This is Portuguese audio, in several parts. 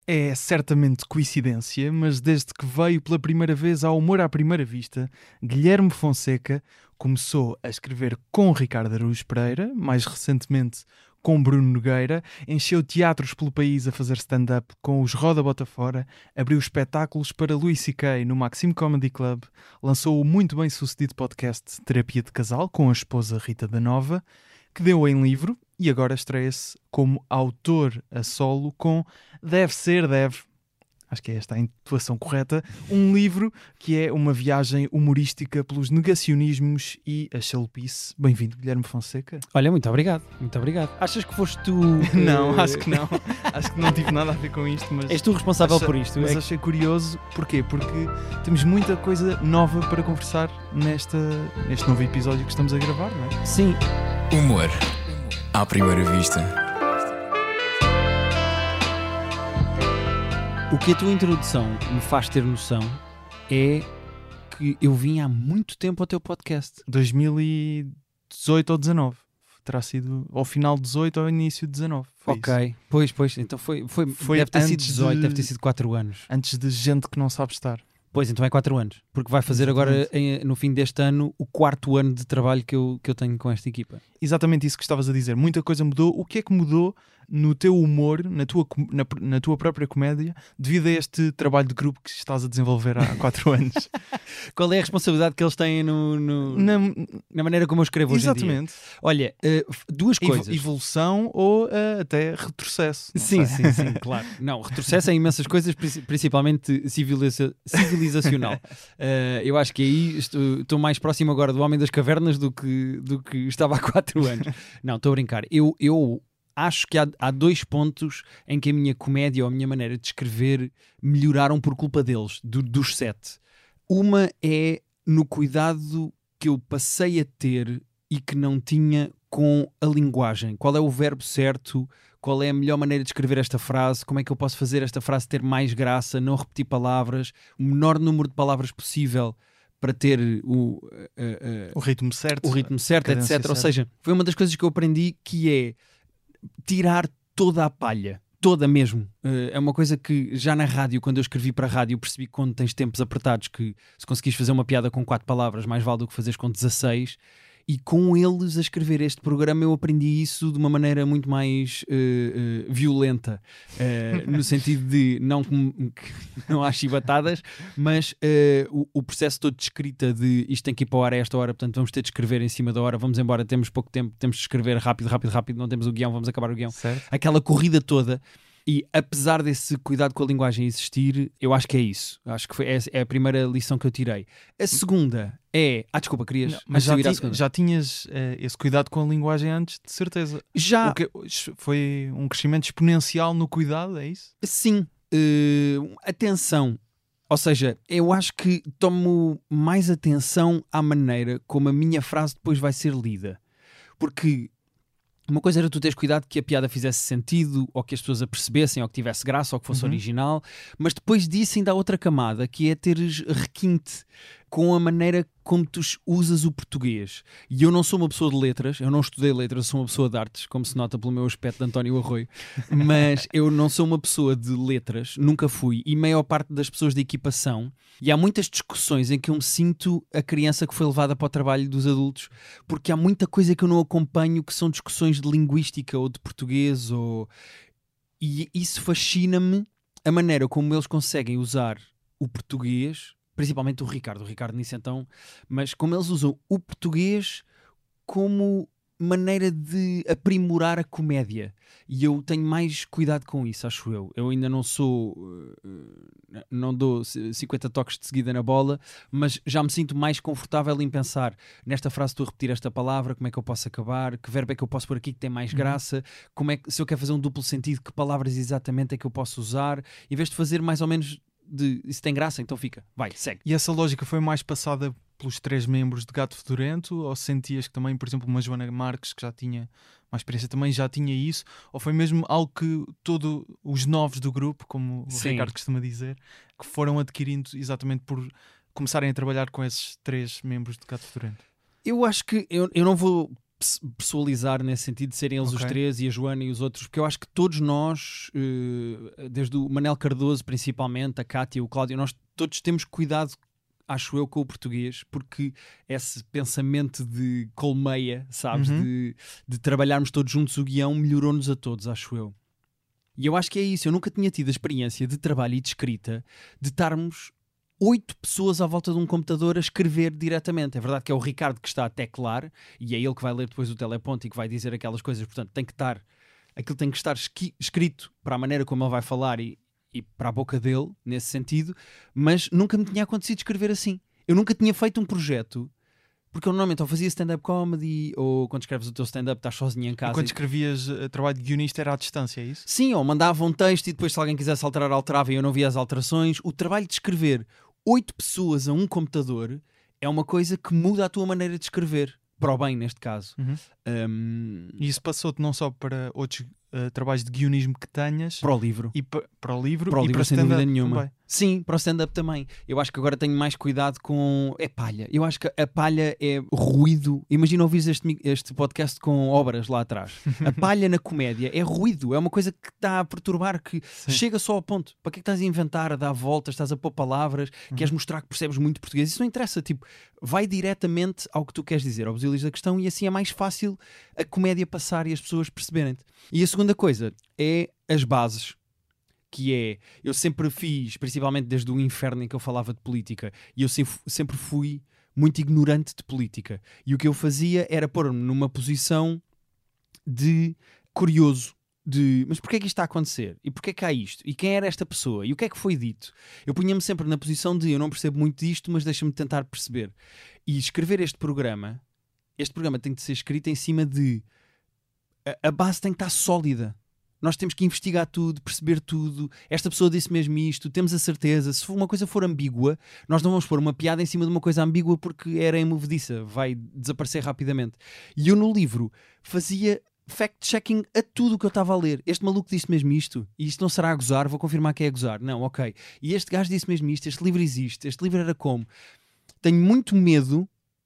É certamente coincidência, mas desde que veio pela primeira vez ao Humor à Primeira Vista, Guilherme Fonseca começou a escrever com Ricardo Araújo Pereira, mais recentemente com Bruno Nogueira, encheu teatros pelo país a fazer stand-up com os Roda Bota Fora, abriu espetáculos para Louis C.K. no Maxim Comedy Club, lançou o muito bem sucedido podcast Terapia de Casal com a esposa Rita da Nova, que deu em livro e agora estreia-se como autor a solo com Deve Ser Deve, acho que é esta a intuação correta, um livro que é uma viagem humorística pelos negacionismos e a chalupice. Bem-vindo, Guilherme Fonseca. Olha, muito obrigado, muito obrigado. Achas que foste tu... Não, acho que não. Acho que não tive nada a ver com isto, mas... És tu responsável por isto. Mas achei curioso, porquê? Porque temos muita coisa nova para conversar neste novo episódio que estamos a gravar, não é? Sim. Humor à primeira vista. O que a tua introdução me faz ter noção é que eu vim há muito tempo ao teu podcast. 2018 ou 19. Terá sido ao final de 18 ou ao início de 19. Ok, isso. pois. Então foi deve ter sido 18, deve ter sido 4 anos. Antes de gente que não sabe estar. Pois, então é 4 anos. Porque vai fazer agora, no fim deste ano, o 4º ano de trabalho que eu tenho com esta equipa. Exatamente isso que estavas a dizer. Muita coisa mudou. O que é que mudou no teu humor, na tua própria comédia, devido a este trabalho de grupo que estás a desenvolver há 4 anos? Qual é a responsabilidade que eles têm na maneira como eu escrevo hoje em dia? Exatamente. Olha, duas coisas. Evolução ou até retrocesso. Sim, claro. Não, retrocesso em imensas coisas, principalmente civilizacional. Eu acho que aí estou mais próximo agora do Homem das Cavernas do que estava há 4 anos. Não, estou a brincar. Eu acho que há 2 pontos em que a minha comédia ou a minha maneira de escrever melhoraram por culpa deles, dos 7. Uma é no cuidado que eu passei a ter e que não tinha com a linguagem. Qual é o verbo certo? Qual é a melhor maneira de escrever esta frase? Como é que eu posso fazer esta frase ter mais graça, não repetir palavras, o menor número de palavras possível para ter o ritmo certo, etc. Certa. Ou seja, foi uma das coisas que eu aprendi, que é tirar toda a palha. Toda mesmo. É uma coisa que já na rádio, quando eu escrevi para a rádio, eu percebi que quando tens tempos apertados, que se conseguires fazer uma piada com 4 palavras, mais vale do que fazeres com 16. E com eles a escrever este programa eu aprendi isso de uma maneira muito mais violenta, no sentido de não há chibatadas, mas o processo todo de escrita de isto tem que ir para o ar a esta hora, portanto vamos ter de escrever em cima da hora, vamos embora, temos pouco tempo, temos de escrever rápido, não temos o guião, vamos acabar o guião. Certo. Aquela corrida toda. E apesar desse cuidado com a linguagem existir, eu acho que é isso. Acho que é a primeira lição que eu tirei. A segunda é... desculpa, querias... Não, mas já tinhas esse cuidado com a linguagem antes, de certeza. Já. Foi um crescimento exponencial no cuidado, é isso? Sim. Atenção. Ou seja, eu acho que tomo mais atenção à maneira como a minha frase depois vai ser lida. Porque... uma coisa era tu teres cuidado que a piada fizesse sentido, ou que as pessoas a percebessem, ou que tivesse graça, ou que fosse original, mas depois disso ainda há outra camada, que é teres requinte com a maneira como tu usas o português. E eu não sou uma pessoa de letras, eu não estudei letras, sou uma pessoa de artes, como se nota pelo meu aspecto de António Arroio, mas eu não sou uma pessoa de letras, nunca fui, e a maior parte das pessoas da equipa são, e há muitas discussões em que eu me sinto a criança que foi levada para o trabalho dos adultos, porque há muita coisa que eu não acompanho, que são discussões de linguística ou de português, e isso fascina-me, a maneira como eles conseguem usar o português, principalmente o Ricardo nisso então, mas como eles usam o português como maneira de aprimorar a comédia, e eu tenho mais cuidado com isso, acho eu. Eu ainda não dou 50 toques de seguida na bola, mas já me sinto mais confortável em pensar nesta frase, estou a repetir esta palavra, como é que eu posso acabar, que verbo é que eu posso pôr aqui que tem mais graça, como é que, se eu quero fazer um duplo sentido, que palavras exatamente é que eu posso usar, em vez de fazer mais ou menos isso tem graça, então fica, vai, segue. E essa lógica foi mais passada pelos 3 membros de Gato Fedorento, ou sentias que também, por exemplo, uma Joana Marques, que já tinha mais experiência, também já tinha isso, ou foi mesmo algo que todos os novos do grupo, como o Ricardo costuma dizer, que foram adquirindo exatamente por começarem a trabalhar com esses 3 membros de Gato Fedorento? Eu acho que eu não vou pessoalizar nesse sentido de serem eles os três e a Joana e os outros, porque eu acho que todos nós, desde o Manel Cardoso principalmente, a Cátia, o Cláudio, nós todos temos cuidado, acho eu, com o português, porque esse pensamento de colmeia, sabes, de trabalharmos todos juntos o guião, melhorou-nos a todos, acho eu. E eu acho que é isso, eu nunca tinha tido a experiência de trabalho e de escrita, de estarmos 8 pessoas à volta de um computador a escrever diretamente. É verdade que é o Ricardo que está a teclar e é ele que vai ler depois o teleponto e que vai dizer aquelas coisas, portanto aquilo tem que estar escrito para a maneira como ele vai falar e para a boca dele, nesse sentido, mas nunca me tinha acontecido escrever assim. Eu nunca tinha feito um projeto, porque eu normalmente ou fazia stand-up comedy, ou quando escreves o teu stand-up estás sozinho em casa. E quando escrevias trabalho de guionista era à distância, é isso? Sim, ou mandava um texto e depois se alguém quisesse alterar, alterava e eu não via as alterações. O trabalho de escrever 8 pessoas a um computador é uma coisa que muda a tua maneira de escrever, para o bem neste caso. E isso passou-te não só para outros trabalhos de guionismo que tenhas, para o livro e para o livro sem stand-up dúvida nenhuma também. Sim, para o stand-up também. Eu acho que agora tenho mais cuidado com palha. Eu acho que a palha é ruído. Imagina ouvires este podcast com obras lá atrás. A palha na comédia é ruído, é uma coisa que está a perturbar, que chega só ao ponto. Para que é que estás a inventar, a dar voltas, estás a pôr palavras, queres mostrar que percebes muito português? Isso não interessa, tipo, vai diretamente ao que tu queres dizer, ao basilis da questão, e assim é mais fácil a comédia passar e as pessoas perceberem-te. E a segunda coisa é as bases, que é, eu sempre fiz, principalmente desde o inferno em que eu falava de política, e eu sempre fui muito ignorante de política, e o que eu fazia era pôr-me numa posição de curioso, mas porquê é que isto está a acontecer? E porquê é que há isto? E quem era esta pessoa? E o que é que foi dito? Eu punha-me sempre na posição de, eu não percebo muito disto, mas deixa-me tentar perceber. E escrever este programa tem de ser escrito em cima de, a base tem que estar sólida. Nós temos que investigar tudo, perceber tudo. Esta pessoa disse mesmo isto, temos a certeza. Se uma coisa for ambígua, nós não vamos pôr uma piada em cima de uma coisa ambígua porque era movediça, vai desaparecer rapidamente. E eu no livro fazia fact-checking a tudo o que eu estava a ler. Este maluco disse mesmo isto, e isto não será a gozar, vou confirmar que é a gozar. Não, ok. E este gajo disse mesmo isto, este livro existe, este livro era como? Tenho muito medo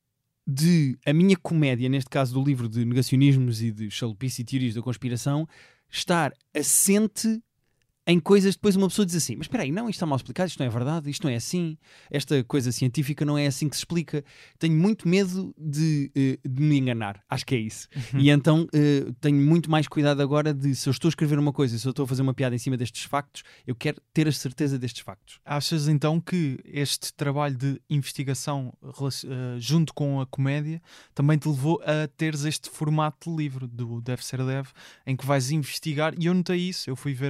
de a minha comédia, neste caso do livro de negacionismos e de chalupice e teorias da conspiração, estar assente em coisas, depois uma pessoa diz assim, mas espera aí, não, isto está mal explicado, isto não é verdade, isto não é assim, esta coisa científica não é assim que se explica. Tenho muito medo de me enganar, acho que é isso. E então tenho muito mais cuidado agora de, se eu estou a escrever uma coisa, se eu estou a fazer uma piada em cima destes factos, eu quero ter a certeza destes factos. Achas então que este trabalho de investigação junto com a comédia também te levou a teres este formato de livro do Deve Ser Deve, em que vais investigar, e eu notei isso, eu fui ver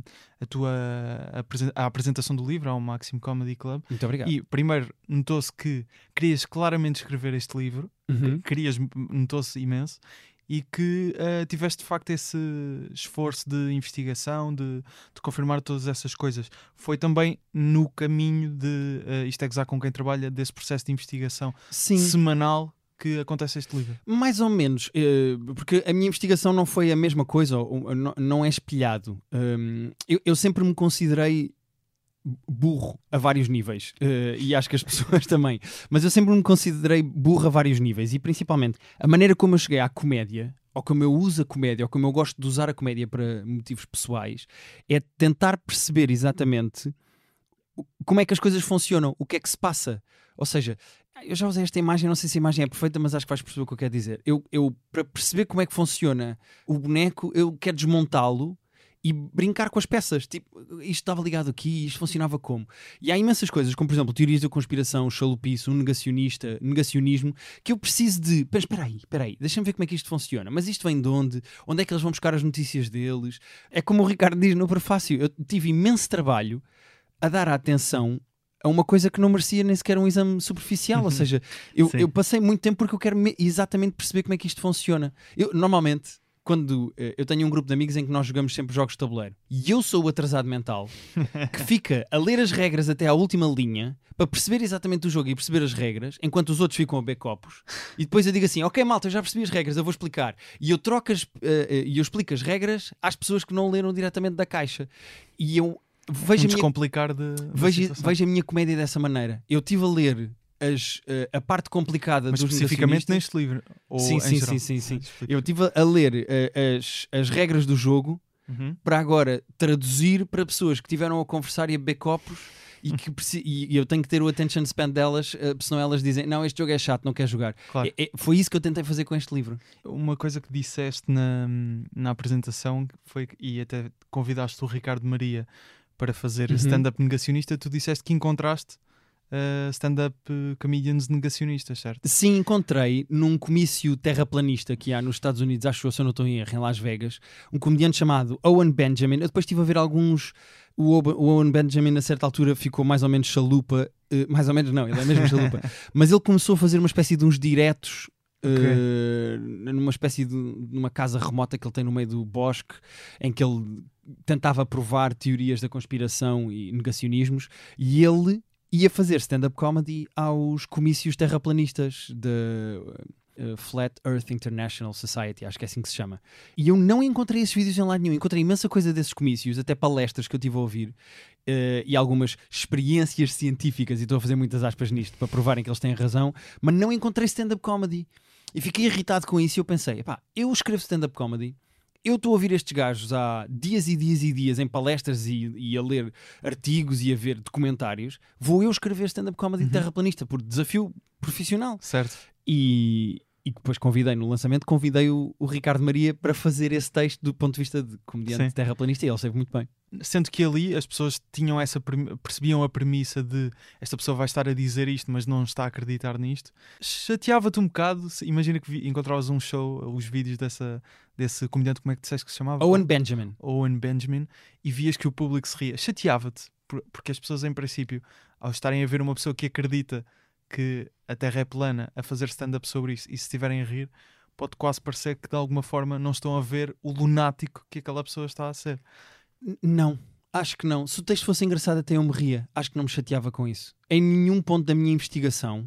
a apresentação do livro ao Maximum Comedy Club. Muito obrigado. E primeiro notou-se que querias claramente escrever este livro, notou-se imenso, e que tiveste de facto esse esforço de investigação, de confirmar todas essas coisas. Foi também no caminho de isto é gozar com quem trabalha, desse processo de investigação semanal que acontece este livro? Mais ou menos, porque a minha investigação não foi a mesma coisa, não é espelhado. Eu sempre me considerei burro a vários níveis, e acho que as pessoas também, mas eu sempre me considerei burro a vários níveis, e principalmente a maneira como eu cheguei à comédia, ou como eu uso a comédia, ou como eu gosto de usar a comédia para motivos pessoais, é tentar perceber exatamente como é que as coisas funcionam, o que é que se passa. Ou seja, eu já usei esta imagem, não sei se a imagem é perfeita, mas acho que vais perceber o que eu quero dizer. Eu para perceber como é que funciona o boneco, eu quero desmontá-lo e brincar com as peças. Tipo, isto estava ligado aqui, isto funcionava como? E há imensas coisas, como por exemplo teorias da conspiração, o chalupice, o negacionismo, que eu preciso de... Mas espera aí, deixa-me ver como é que isto funciona. Mas isto vem de onde? Onde é que eles vão buscar as notícias deles? É como o Ricardo diz no prefácio, eu tive imenso trabalho a dar a atenção a uma coisa que não merecia nem sequer um exame superficial. Ou seja, eu passei muito tempo porque eu quero exatamente perceber como é que isto funciona. Eu, normalmente, quando eu tenho um grupo de amigos em que nós jogamos sempre jogos de tabuleiro, e eu sou o atrasado mental que fica a ler as regras até à última linha para perceber exatamente o jogo e perceber as regras, enquanto os outros ficam a beber copos, e depois eu digo assim, ok malta, eu já percebi as regras, eu vou explicar, e eu eu explico as regras às pessoas que não leram diretamente da caixa, e eu vejo a minha comédia dessa maneira. Eu estive a ler a parte complicada Mas dos especificamente negacionistas... neste livro? Ou Sim, em sim, geral? sim, sim. Explica. Eu estive a ler as regras do jogo Uhum. para agora traduzir para pessoas que estiveram a conversar e a beber copos e que e eu tenho que ter o attention span delas, senão elas dizem, não, este jogo é chato, não quero jogar. Claro. Foi isso que eu tentei fazer com este livro. Uma coisa que disseste na apresentação foi e até convidaste o Ricardo Maria para fazer Uhum. stand-up negacionista, tu disseste que encontraste stand-up comedians negacionistas, certo? Sim, encontrei num comício terraplanista que há nos Estados Unidos, acho eu, se eu não estou em erro, em Las Vegas, um comediante chamado Owen Benjamin. Eu depois estive a ver alguns... O Owen Benjamin, a certa altura, ficou mais ou menos chalupa. Mais ou menos não, ele é mesmo chalupa. Mas ele começou a fazer uma espécie de uns diretos numa espécie de numa casa remota que ele tem no meio do bosque, em que ele tentava provar teorias da conspiração e negacionismos, e ele ia fazer stand-up comedy aos comícios terraplanistas da Flat Earth International Society, acho que é assim que se chama. E eu não encontrei esses vídeos em lado nenhum. Encontrei imensa coisa desses comícios, até palestras que eu tive a ouvir, e algumas experiências científicas, e estou a fazer muitas aspas nisto para provarem que eles têm razão, mas não encontrei stand-up comedy. E fiquei irritado com isso e eu pensei, epá, eu escrevo stand-up comedy, eu estou a ouvir estes gajos há dias e dias e dias em palestras e a ler artigos e a ver documentários, vou eu escrever stand-up comedy de terraplanista por desafio profissional. Certo. E depois no lançamento, convidei o Ricardo Maria para fazer esse texto do ponto de vista de comediante Sim. terraplanista, e ele esteve muito bem. Sendo que ali as pessoas tinham percebiam a premissa de esta pessoa vai estar a dizer isto, mas não está a acreditar nisto. Chateava-te um bocado, imagina que encontravas um show, os vídeos desse comediante, como é que disseste que se chamava? Owen Benjamin. Owen Benjamin, e vias que o público se ria. Chateava-te, porque as pessoas em princípio, ao estarem a ver uma pessoa que acredita que a Terra é plana a fazer stand-up sobre isso, e se estiverem a rir, pode quase parecer que de alguma forma não estão a ver o lunático que aquela pessoa está a ser. Não, acho que não. Se o texto fosse engraçado até eu me ria. Acho que não me chateava com isso. Em nenhum ponto da minha investigação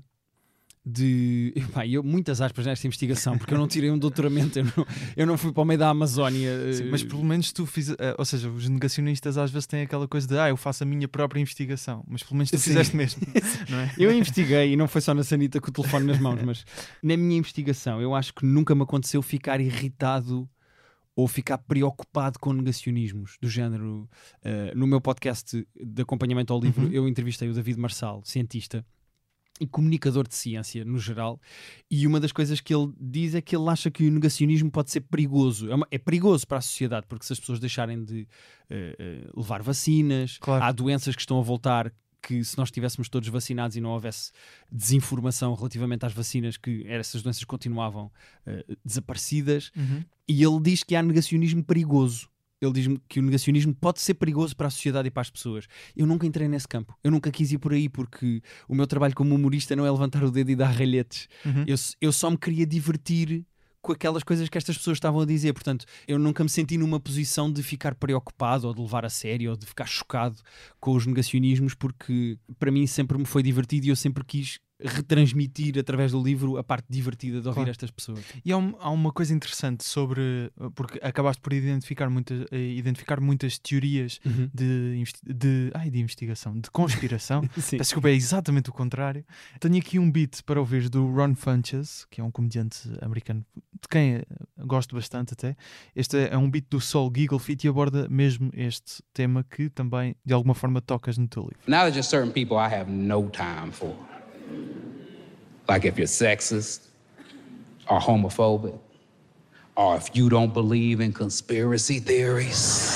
muitas aspas nesta investigação, porque eu não tirei um doutoramento, eu não fui para o meio da Amazónia. Sim, mas pelo menos tu fizeste, ou seja, os negacionistas às vezes têm aquela coisa de eu faço a minha própria investigação, mas pelo menos tu fizeste mesmo, não é? Eu investiguei, e não foi só na sanita com o telefone nas mãos, mas na minha investigação eu acho que nunca me aconteceu ficar irritado ou ficar preocupado com negacionismos do género. No meu podcast de acompanhamento ao livro, eu entrevistei o David Marçal, cientista e comunicador de ciência no geral, e uma das coisas que ele diz é que ele acha que o negacionismo pode ser perigoso. É perigoso para a sociedade, porque se as pessoas deixarem de levar vacinas, claro, há doenças que estão a voltar, que se nós estivéssemos todos vacinados e não houvesse desinformação relativamente às vacinas, que essas doenças continuavam desaparecidas. E ele diz que há negacionismo perigoso. Ele diz-me que o negacionismo pode ser perigoso para a sociedade e para as pessoas. Eu nunca entrei nesse campo. Eu nunca quis ir por aí, porque o meu trabalho como humorista não é levantar o dedo e dar ralhetes. Eu só me queria divertir com aquelas coisas que estas pessoas estavam a dizer. Portanto, eu nunca me senti numa posição de ficar preocupado ou de levar a sério ou de ficar chocado com os negacionismos, porque para mim sempre me foi divertido e eu sempre quis retransmitir através do livro a parte divertida de ouvir estas pessoas. E há uma coisa interessante sobre, porque acabaste por identificar muitas teorias de investigação, de conspiração. Peço desculpa, é exatamente o contrário. Tenho aqui um beat para ouvir do Ron Funches, que é um comediante americano de quem gosto bastante até. Este é um beat do Soul Giggle Fit e aborda mesmo este tema que também de alguma forma tocas no teu livro. Now there's just certain people I have no time for. Like if you're sexist or homophobic, or if you don't believe in conspiracy theories.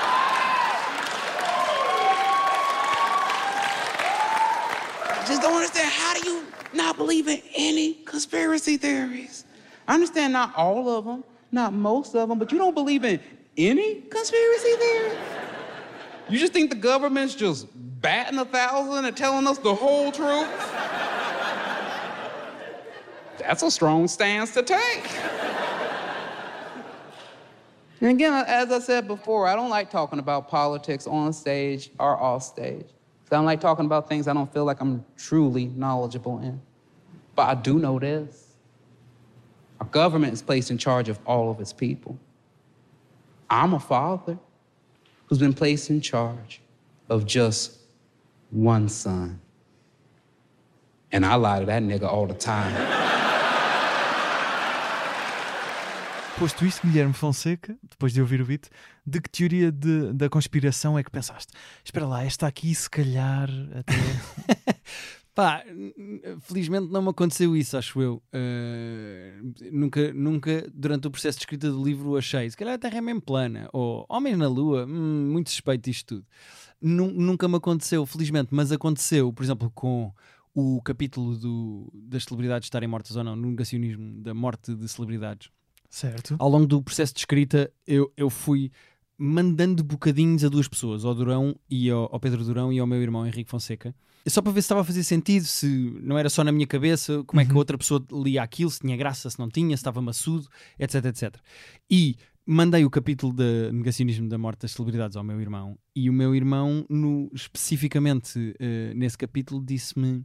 Just don't understand, how do you not believe in any conspiracy theories? I understand not all of them, not most of them, but you don't believe in any conspiracy theories? You just think the government's just batting 1,000 and telling us the whole truth? That's a strong stance to take. And again, as I said before, I don't like talking about politics on stage or off stage. I don't like talking about things I don't feel like I'm truly knowledgeable in. But I do know this. Our government is placed in charge of all of its people. I'm a father who's been placed in charge of just one son. And I lie to that nigga all the time. Posto isto, Guilherme Fonseca, depois de ouvir o beat, de que teoria da conspiração é que pensaste? Espera lá, esta aqui se calhar até... Pá, felizmente não me aconteceu isso, acho eu. Nunca, durante o processo de escrita do livro, achei, se calhar a Terra é mesmo plana, ou Homens na Lua, muito suspeito isto tudo. Nunca me aconteceu, felizmente, mas aconteceu, por exemplo, com o capítulo das celebridades estarem mortas ou não, no negacionismo da morte de celebridades. Certo. Ao longo do processo de escrita, eu fui mandando bocadinhos a duas pessoas, ao Durão e ao Pedro Durão e ao meu irmão Henrique Fonseca, só para ver se estava a fazer sentido, se não era só na minha cabeça, como é que a outra pessoa lia aquilo, se tinha graça, se não tinha, se estava maçudo, etc, etc. E mandei o capítulo de negacionismo da morte das celebridades ao meu irmão, e o meu irmão, especificamente nesse capítulo, disse-me: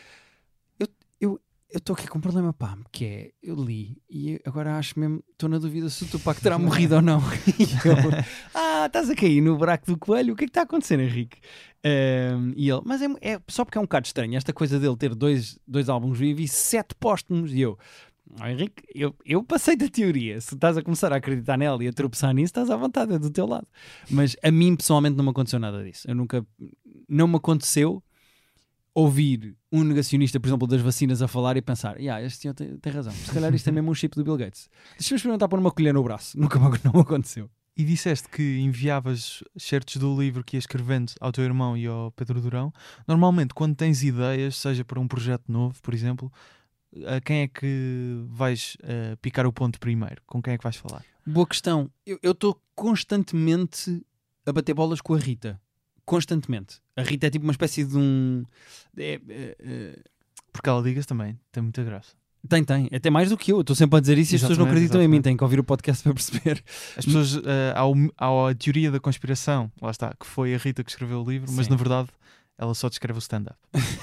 eu estou aqui com um problema, pá, que é, eu li e agora acho mesmo, estou na dúvida se o Tupac terá morrido ou não. E eu, estás a cair no buraco do coelho, o que é que está acontecendo, Henrique? E ele, mas é só porque é um bocado estranho esta coisa dele ter dois álbuns vivos e 7 póstumos. E eu, Henrique, eu passei da teoria, se estás a começar a acreditar nela e a tropeçar nisso, estás à vontade, é do teu lado. Mas a mim pessoalmente não me aconteceu nada disso. Não me aconteceu ouvir um negacionista, por exemplo, das vacinas a falar e pensar, este senhor tem razão, se calhar isto é mesmo um chip do Bill Gates. Deixa-me experimentar pôr uma colher no braço. Nunca não aconteceu. E disseste que enviavas certos do livro que ia escrevendo ao teu irmão e ao Pedro Durão. Normalmente, quando tens ideias, seja para um projeto novo, por exemplo, a quem é que vais picar o ponto primeiro? Com quem é que vais falar? Boa questão. Eu estou constantemente a bater bolas com a Rita. Constantemente. A Rita é tipo uma espécie de um... Porque ela diga-se também, tem muita graça. Tem. Até mais do que eu. Estou sempre a dizer isso e as pessoas não acreditam em mim. Têm que ouvir o podcast para perceber. As pessoas, há a teoria da conspiração, lá está, que foi a Rita que escreveu o livro, mas na verdade ela só descreve o stand-up.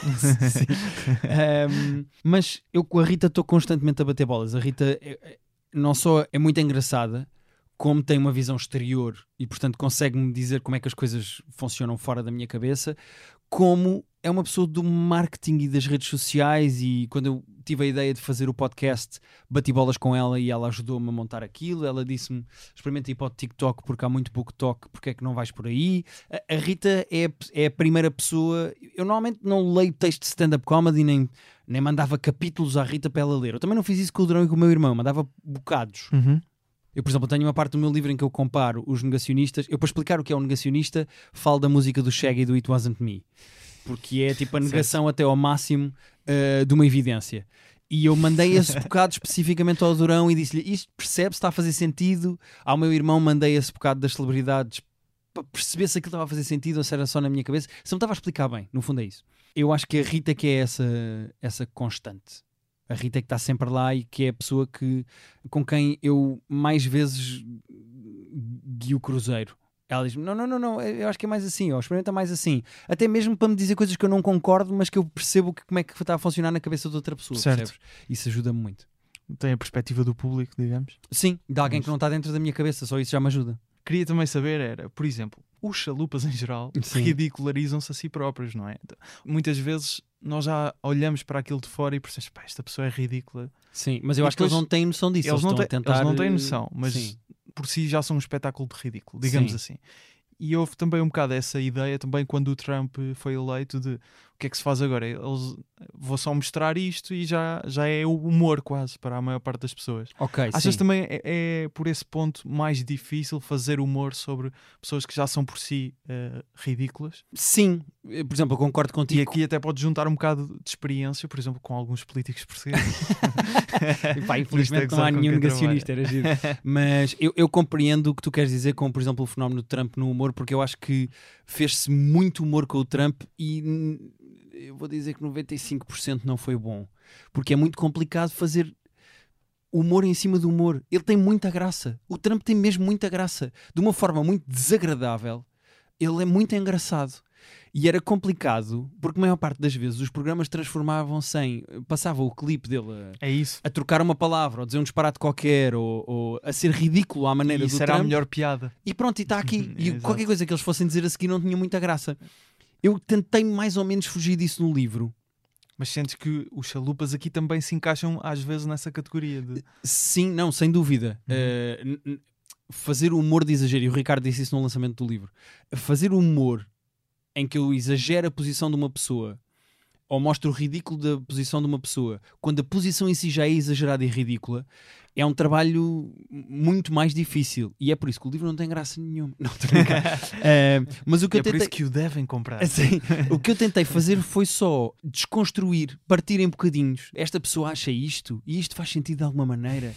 Mas eu com a Rita estou constantemente a bater bolas. A Rita não só é muito engraçada, como tem uma visão exterior e, portanto, consegue-me dizer como é que as coisas funcionam fora da minha cabeça, como é uma pessoa do marketing e das redes sociais. E quando eu tive a ideia de fazer o podcast, bati bolas com ela e ela ajudou-me a montar aquilo. Ela disse-me, experimenta ir para o TikTok porque há muito pouco toque, porque é que não vais por aí? A Rita é a primeira pessoa... Eu normalmente não leio texto de stand-up comedy, nem mandava capítulos à Rita para ela ler. Eu também não fiz isso com o Durão e com o meu irmão, mandava bocados. Eu, por exemplo, tenho uma parte do meu livro em que eu comparo os negacionistas. Eu, para explicar o que é um negacionista, falo da música do Shaggy do It Wasn't Me, porque é tipo a negação até ao máximo de uma evidência. E eu mandei esse bocado especificamente ao Durão e disse-lhe, isto percebe-se, está a fazer sentido. Ao meu irmão mandei esse bocado das celebridades para perceber se aquilo estava a fazer sentido ou se era só na minha cabeça. Se me estava a explicar bem, no fundo é isso. Eu acho que a Rita que é essa constante. A Rita é que está sempre lá e que é a pessoa com quem eu mais vezes guio o cruzeiro. Ela diz-me, não, eu acho que é mais assim, ou experimenta mais assim. Até mesmo para me dizer coisas que eu não concordo, mas que eu percebo como é que está a funcionar na cabeça de outra pessoa. Certo. Percebes? Isso ajuda-me muito. Tem a perspectiva do público, digamos. Sim, de alguém que não está dentro da minha cabeça, só isso já me ajuda. Queria também saber, por exemplo, os chalupas em geral ridicularizam-se a si próprios, não é? Então, muitas vezes nós já olhamos para aquilo de fora e percebemos, pá, esta pessoa é ridícula. Sim, mas eu acho que eles não têm noção disso. Eles não têm noção, noção, mas por si já são um espetáculo de ridículo, digamos assim. E houve também um bocado essa ideia também quando o Trump foi eleito de o que é que se faz agora? Vou só mostrar isto e já é o humor quase para a maior parte das pessoas. Achas também é por esse ponto mais difícil fazer humor sobre pessoas que já são por si ridículas? Sim, por exemplo, eu concordo contigo. E aqui até pode juntar um bocado de experiência, por exemplo, com alguns políticos portugueses. Infelizmente não há nenhum negacionista, era giro. Mas eu compreendo o que tu queres dizer com, por exemplo, o fenómeno de Trump no humor, porque eu acho que fez-se muito humor com o Trump e eu vou dizer que 95% não foi bom, porque é muito complicado fazer humor em cima do humor. Ele tem muita graça, o Trump tem mesmo muita graça, de uma forma muito desagradável. Ele é muito engraçado e era complicado porque a maior parte das vezes os programas transformavam-se em, passava o clipe dele a trocar uma palavra ou dizer um disparate qualquer ou a ser ridículo à maneira do Trump. Isso era a melhor piada. E pronto, e está aqui. E qualquer coisa que eles fossem dizer a seguir não tinha muita graça. Eu tentei mais ou menos fugir disso no livro. Mas sentes que os chalupas aqui também se encaixam às vezes nessa categoria de... Sim, não, sem dúvida. Fazer humor de exagero, e o Ricardo disse isso no lançamento do livro, fazer humor em que eu exagero a posição de uma pessoa ou mostro o ridículo da posição de uma pessoa, quando a posição em si já é exagerada e ridícula, é um trabalho muito mais difícil. E é por isso que o livro não tem graça nenhuma. Não, estou a brincar. Mas o que eu tentei... por isso que o devem comprar. Assim, o que eu tentei fazer foi só desconstruir, partir em bocadinhos. Esta pessoa acha isto e isto faz sentido de alguma maneira.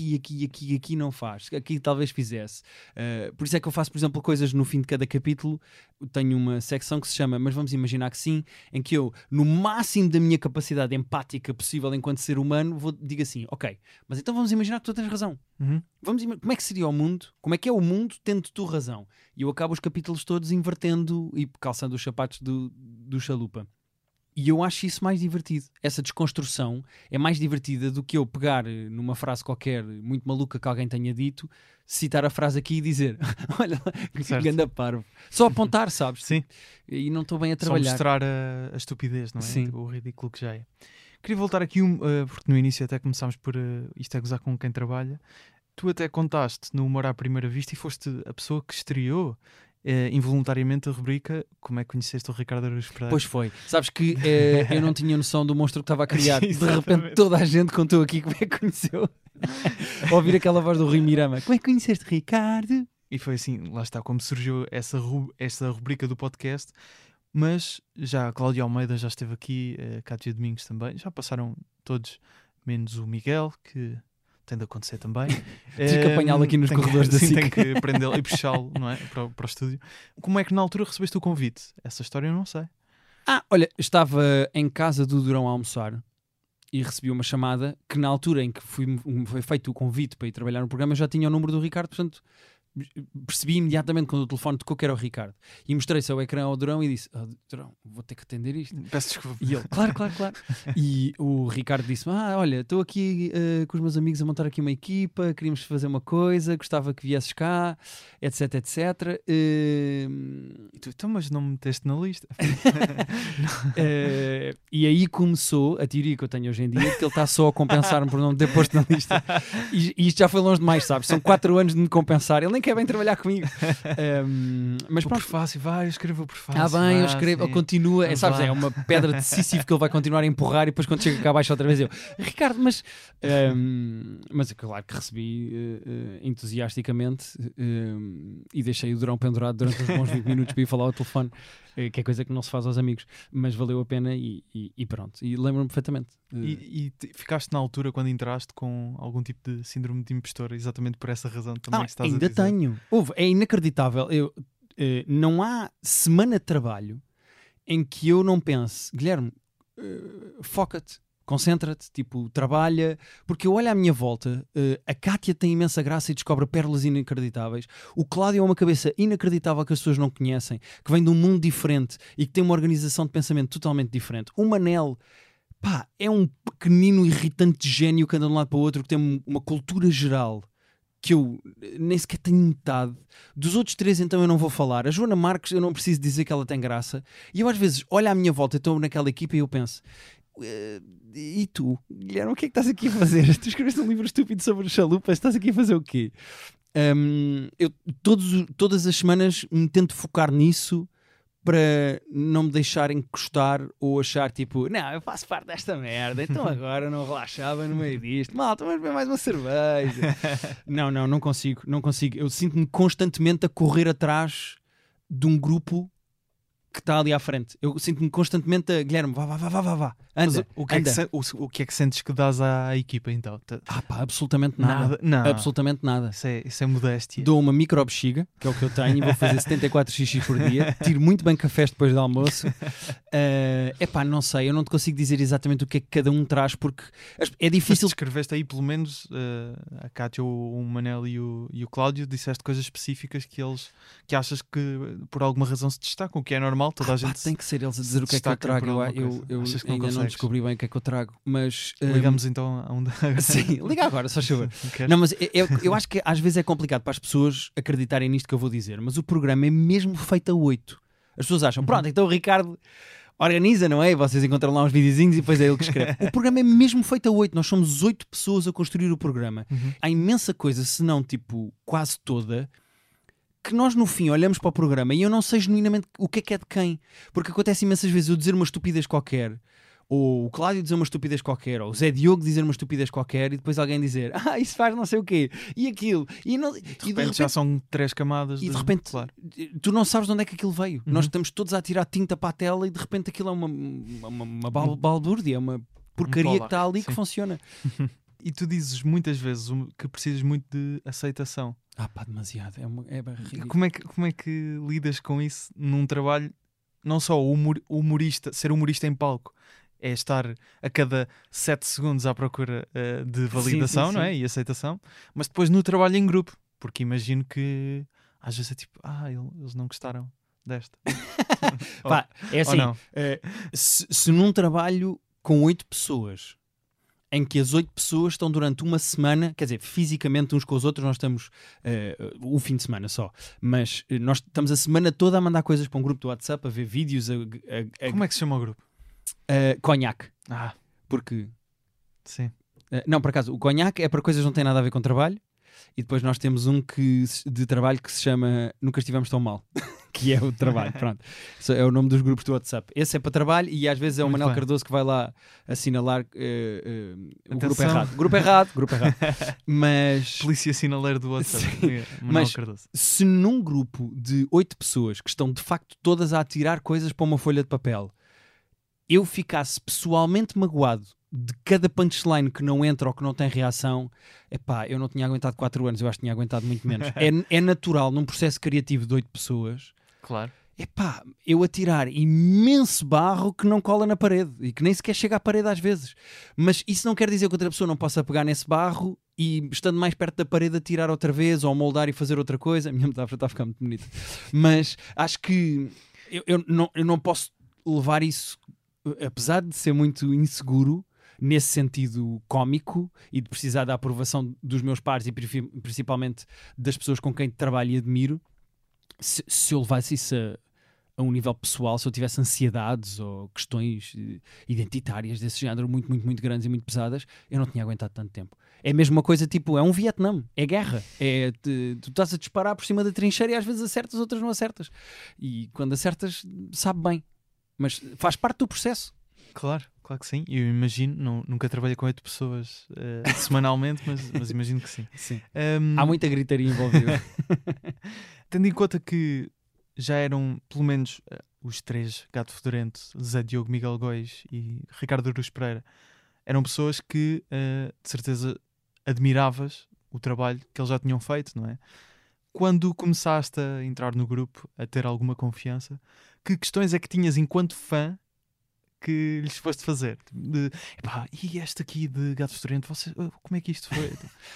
Aqui não faz. Aqui talvez fizesse. Por isso é que eu faço, por exemplo, coisas no fim de cada capítulo. Tenho uma secção que se chama Mas vamos imaginar que sim, em que eu, no máximo da minha capacidade empática possível enquanto ser humano, digo assim, ok, mas então vamos imaginar que tu tens razão. Como é que seria o mundo? Como é que é o mundo tendo tu razão? E eu acabo os capítulos todos invertendo e calçando os sapatos do chalupa. E eu acho isso mais divertido. Essa desconstrução é mais divertida do que eu pegar numa frase qualquer muito maluca que alguém tenha dito, citar a frase aqui e dizer olha, que ganda parvo. Só apontar, sabes? Sim. E não estou bem a trabalhar. Só mostrar a estupidez, não é? Sim. Tipo, o ridículo que já é. Queria voltar aqui, porque no início até começámos por isto é gozar com quem trabalha. Tu até contaste no Humor à Primeira Vista e foste a pessoa que estreou involuntariamente a rubrica Como é que conheceste o Ricardo Araújo Pereira? Pois foi. Sabes que eu não tinha noção do monstro que estava a criar. De repente toda a gente contou aqui como é que conheceu. Ouvir aquela voz do Rui Mirama. Como é que conheceste Ricardo? E foi assim, lá está, como surgiu essa rubrica do podcast. Mas já a Cláudia Almeida já esteve aqui, a Cátia Domingos também. Já passaram todos, menos o Miguel, que tem de acontecer também. Tens que apanhá-lo aqui nos corredores da SIC. Tem que prendê-lo e puxá-lo, não é? para o estúdio. Como é que na altura recebeste o convite? Essa história eu não sei. Olha, estava em casa do Durão a almoçar e recebi uma chamada que na altura em que foi feito o convite para ir trabalhar no programa eu já tinha o número do Ricardo, portanto percebi imediatamente quando o telefone tocou que era o Ricardo e mostrei-se ao ecrã ao Durão e disse Durão, vou ter que atender isto. Peço desculpa. E ele, claro. E o Ricardo disse-me, olha, estou aqui com os meus amigos a montar aqui uma equipa, queríamos fazer uma coisa, gostava que viesses cá, etc. E tu, então, mas não me meteste na lista. E aí começou a teoria que eu tenho hoje em dia, que ele está só a compensar-me por não me ter posto na lista. E isto já foi longe demais, sabes? São 4 anos de me compensar. Ele nem quer bem trabalhar comigo. Mas o prefácio, vai, eu escrevo o prefácio. Eu escrevo, ele continua. É uma pedra de Sísifo que ele vai continuar a empurrar e depois quando chega cá abaixo outra vez eu, Ricardo, mas claro que recebi entusiasticamente e deixei o Durão pendurado durante uns bons 20 minutos para ir falar ao telefone, que é coisa que não se faz aos amigos, mas valeu a pena e pronto. E lembro-me perfeitamente. E ficaste na altura quando entraste com algum tipo de síndrome de impostor, exatamente por essa razão também que estás ainda a dizer. Tenho. É inacreditável. Não há semana de trabalho em que eu não pense, Guilherme, foca-te, concentra-te, tipo, trabalha, porque eu olho à minha volta, a Cátia tem imensa graça e descobre pérolas inacreditáveis, o Cláudio é uma cabeça inacreditável que as pessoas não conhecem, que vem de um mundo diferente e que tem uma organização de pensamento totalmente diferente. O Manel, é um pequenino irritante gênio que anda de um lado para o outro, que tem uma cultura geral que eu nem sequer tenho metade. Dos outros 3 então eu não vou falar. A Joana Marques eu não preciso dizer que ela tem graça. E eu às vezes olho à minha volta, eu estou naquela equipa e eu penso, e tu, Guilherme, o que é que estás aqui a fazer? Tu escreveste um livro estúpido sobre chalupas, estás aqui a fazer o quê? Eu todas as semanas me tento focar nisso para não me deixar encostar ou achar tipo, não, eu faço parte desta merda, então agora não relaxava no meio disto, malta, vamos beber mais uma cerveja. Não consigo. Eu sinto-me constantemente a correr atrás de um grupo que está ali à frente. Eu sinto-me constantemente a Guilherme, vá, anda, o que é que sentes que dás à equipa então? Absolutamente nada. Não. Absolutamente nada. Isso é modéstia. Dou uma microbexiga, que é o que eu tenho, e vou fazer 74 xixi por dia. Tiro muito bem cafés depois do almoço. Não sei, eu não te consigo dizer exatamente o que é que cada um traz, porque é difícil. Mas descreveste aí pelo menos a Cátia, o Manel e o Cláudio, disseste coisas específicas que achas que por alguma razão se destacam, o que é normal. Toda a gente tem que ser eles a dizer o que é que eu trago. Eu ainda não descobri bem o que é que eu trago, mas ligamos então a um sim, liga agora, só favor. Não, mas eu acho que às vezes é complicado para as pessoas acreditarem nisto que eu vou dizer, mas o programa é mesmo feito a 8. As pessoas acham, pronto, então o Ricardo, organiza, não é? Vocês encontram lá uns videozinhos e depois é ele que escreve. O programa é mesmo feito a 8. Nós somos 8 pessoas a construir o programa. Há imensa coisa, se não tipo quase toda, que nós no fim olhamos para o programa e eu não sei genuinamente o que é de quem. Porque acontece imensas vezes eu dizer uma estupidez qualquer, ou o Cláudio dizer uma estupidez qualquer, ou o Zé Diogo dizer uma estupidez qualquer e depois alguém dizer isso faz não sei o quê, e aquilo. E de repente já são 3 camadas. E de repente tu não sabes de onde é que aquilo veio. Nós estamos todos a tirar tinta para a tela e de repente aquilo é uma balbúrdia, é uma porcaria que está ali que funciona. E tu dizes muitas vezes que precisas muito de aceitação. Demasiado. Como é que lidas com isso num trabalho? Não só ser humorista em palco é estar a cada 7 segundos à procura de validação, sim. Não é? E aceitação, mas depois no trabalho em grupo, porque imagino que às vezes é tipo, eles não gostaram desta. É assim, se num trabalho com 8 pessoas em que as 8 pessoas estão durante uma semana, quer dizer, fisicamente uns com os outros, nós estamos um fim de semana só, mas nós estamos a semana toda a mandar coisas para um grupo do WhatsApp, a ver vídeos. Como é que se chama o grupo? Conhaque. Porque... Sim. Não, por acaso, o Conhaque é para coisas que não têm nada a ver com trabalho, e depois nós temos um de trabalho que se chama Nunca Estivemos Tão Mal. Que é o trabalho, pronto. É o nome dos grupos do WhatsApp. Esse é para trabalho e às vezes é o Manel Cardoso que vai lá assinalar o grupo errado. Grupo errado. Mas... Polícia sinaleira do WhatsApp. Manel Cardoso. Se num grupo de 8 pessoas que estão de facto todas a atirar coisas para uma folha de papel, eu ficasse pessoalmente magoado de cada punchline que não entra ou que não tem reação, eu não tinha aguentado 4 anos, eu acho que tinha aguentado muito menos. É natural, num processo criativo de 8 pessoas, claro, eu atirar imenso barro que não cola na parede e que nem sequer chega à parede às vezes. Mas isso não quer dizer que outra pessoa não possa pegar nesse barro e, estando mais perto da parede, atirar outra vez ou moldar e fazer outra coisa. A minha metáfora está a ficar muito bonita. Mas acho que eu não posso levar isso, apesar de ser muito inseguro, nesse sentido cómico e de precisar da aprovação dos meus pares e principalmente das pessoas com quem trabalho e admiro. Se eu levasse isso a um nível pessoal, se eu tivesse ansiedades ou questões identitárias desse género muito, muito, muito grandes e muito pesadas, eu não tinha aguentado tanto tempo. É a mesma coisa, tipo, é um Vietnã, é guerra, tu estás a disparar por cima da trincheira e às vezes acertas, outras não acertas, e quando acertas sabe bem, mas faz parte do processo. Claro que sim. Eu imagino, nunca trabalhei com 8 pessoas semanalmente, mas imagino que sim. Há muita gritaria envolvida. Tendo em conta que já eram pelo menos os 3, Gato Fedorento, Zé Diogo, Miguel Góis e Ricardo Aruz Pereira, eram pessoas que de certeza admiravas o trabalho que eles já tinham feito, não é? Quando começaste a entrar no grupo, a ter alguma confiança, que questões é que tinhas enquanto fã que lhes foste fazer? E este aqui de Gato Fedorento, como é que isto foi?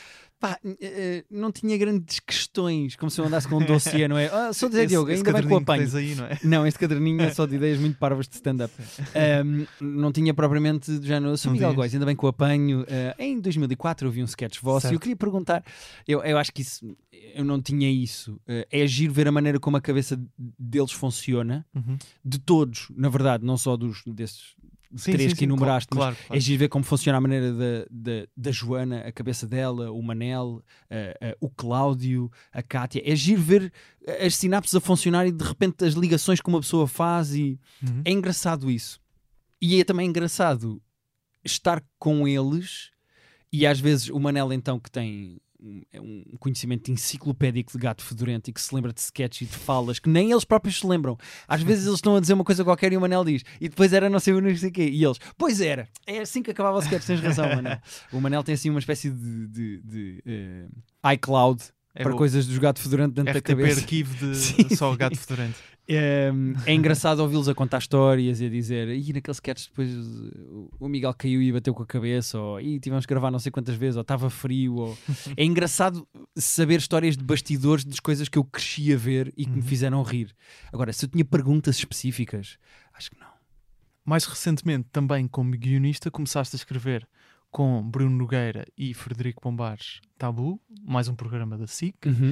Não tinha grandes questões, como se eu andasse com um dossiê, não é? Sou de Zé Diogo, ainda bem que o apanho. Aí, não, é? Não, este caderninho é só de ideias muito parvas de stand-up. Não tinha propriamente de género. Sou Miguel Góis, ainda bem que o apanho. Em 2004 eu vi um sketch vosso e eu queria perguntar, eu acho que isso, eu não tinha isso. É giro ver a maneira como a cabeça deles funciona, de todos, na verdade, não só desses 3 que enumeraste, claro. É giro ver como funciona a maneira da Joana, a cabeça dela, o Manel, o Cláudio, a Cátia. É giro ver as sinapses a funcionar e de repente as ligações que uma pessoa faz e é engraçado isso. E é também engraçado estar com eles e às vezes o Manel então que tem um conhecimento enciclopédico de Gato Fedorento e que se lembra de sketches e de falas que nem eles próprios se lembram. Às vezes eles estão a dizer uma coisa qualquer e o Manel diz e depois era não sei o quê e eles, pois era, é assim que acabava o sketch, tens razão, Manel. O Manel tem assim uma espécie de iCloud para coisas dos Gato Fedorento dentro da cabeça. Arquivo de só Gato Fedorento. É engraçado ouvi-los a contar histórias e a dizer naquele sketch depois o Miguel caiu e bateu com a cabeça ou tivemos que gravar não sei quantas vezes ou estava frio é engraçado saber histórias de bastidores das coisas que eu cresci a ver e que me fizeram rir. Agora, se eu tinha perguntas específicas, acho que não. Mais recentemente também como guionista começaste a escrever com Bruno Nogueira e Frederico Pombares Tabu, mais um programa da SIC.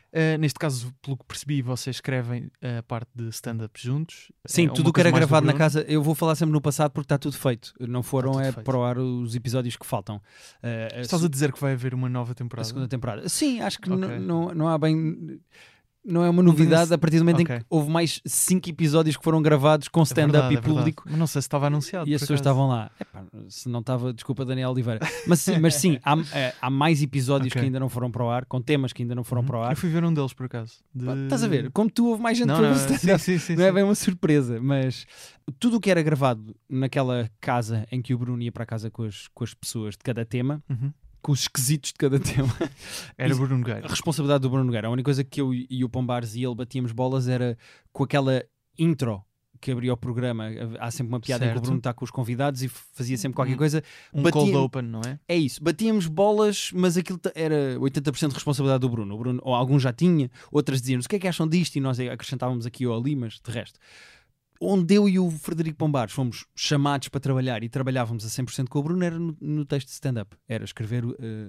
Neste caso, pelo que percebi, vocês escrevem a parte de stand-up juntos. Sim, É tudo uma o que era coisa mais do gravado na Bruno. casa, eu vou falar sempre no passado porque está tudo feito. Não foram tudo feito. para o ar os episódios que faltam. Estás a dizer que vai haver uma nova a temporada? segunda temporada. Sim, acho que Ok. não há bem. Não é uma novidade a partir do momento em Ok. que houve mais 5 episódios que foram gravados com É stand-up verdade, e é verdade. público. Mas não sei se estava anunciado. E as por pessoas acaso. estavam lá. Epá, se não estava, desculpa, Daniel Oliveira. Mas sim, há mais episódios Ok. que ainda não foram para o ar, com temas que ainda não foram para o ar. Eu fui ver um deles, por acaso. Pá, estás a ver? Como tu, houve mais gente Não, para não, o stand-up. sim, Não é bem uma surpresa, mas tudo o que era gravado naquela casa em que o Bruno ia para casa com as pessoas de cada tema, Uhum. com os esquisitos de cada tema, Era Isso- Bruno a Nogueira. responsabilidade do Bruno Nogueira. A única coisa que eu e o Pombares e ele batíamos bolas era com aquela intro que abria o programa. Há sempre uma piada em que o Certo. Bruno está com os convidados e fazia sempre qualquer coisa. Um batia- cold open, não é? É isso, batíamos bolas, mas aquilo era 80% de responsabilidade do Bruno. O Bruno, ou alguns já tinha, outras diziam-nos o que é que acham disto e nós acrescentávamos aqui ou ali, mas de resto. Onde eu e o Frederico Pombares fomos chamados para trabalhar e trabalhávamos a 100% com o Bruno era no texto de stand-up. Era escrever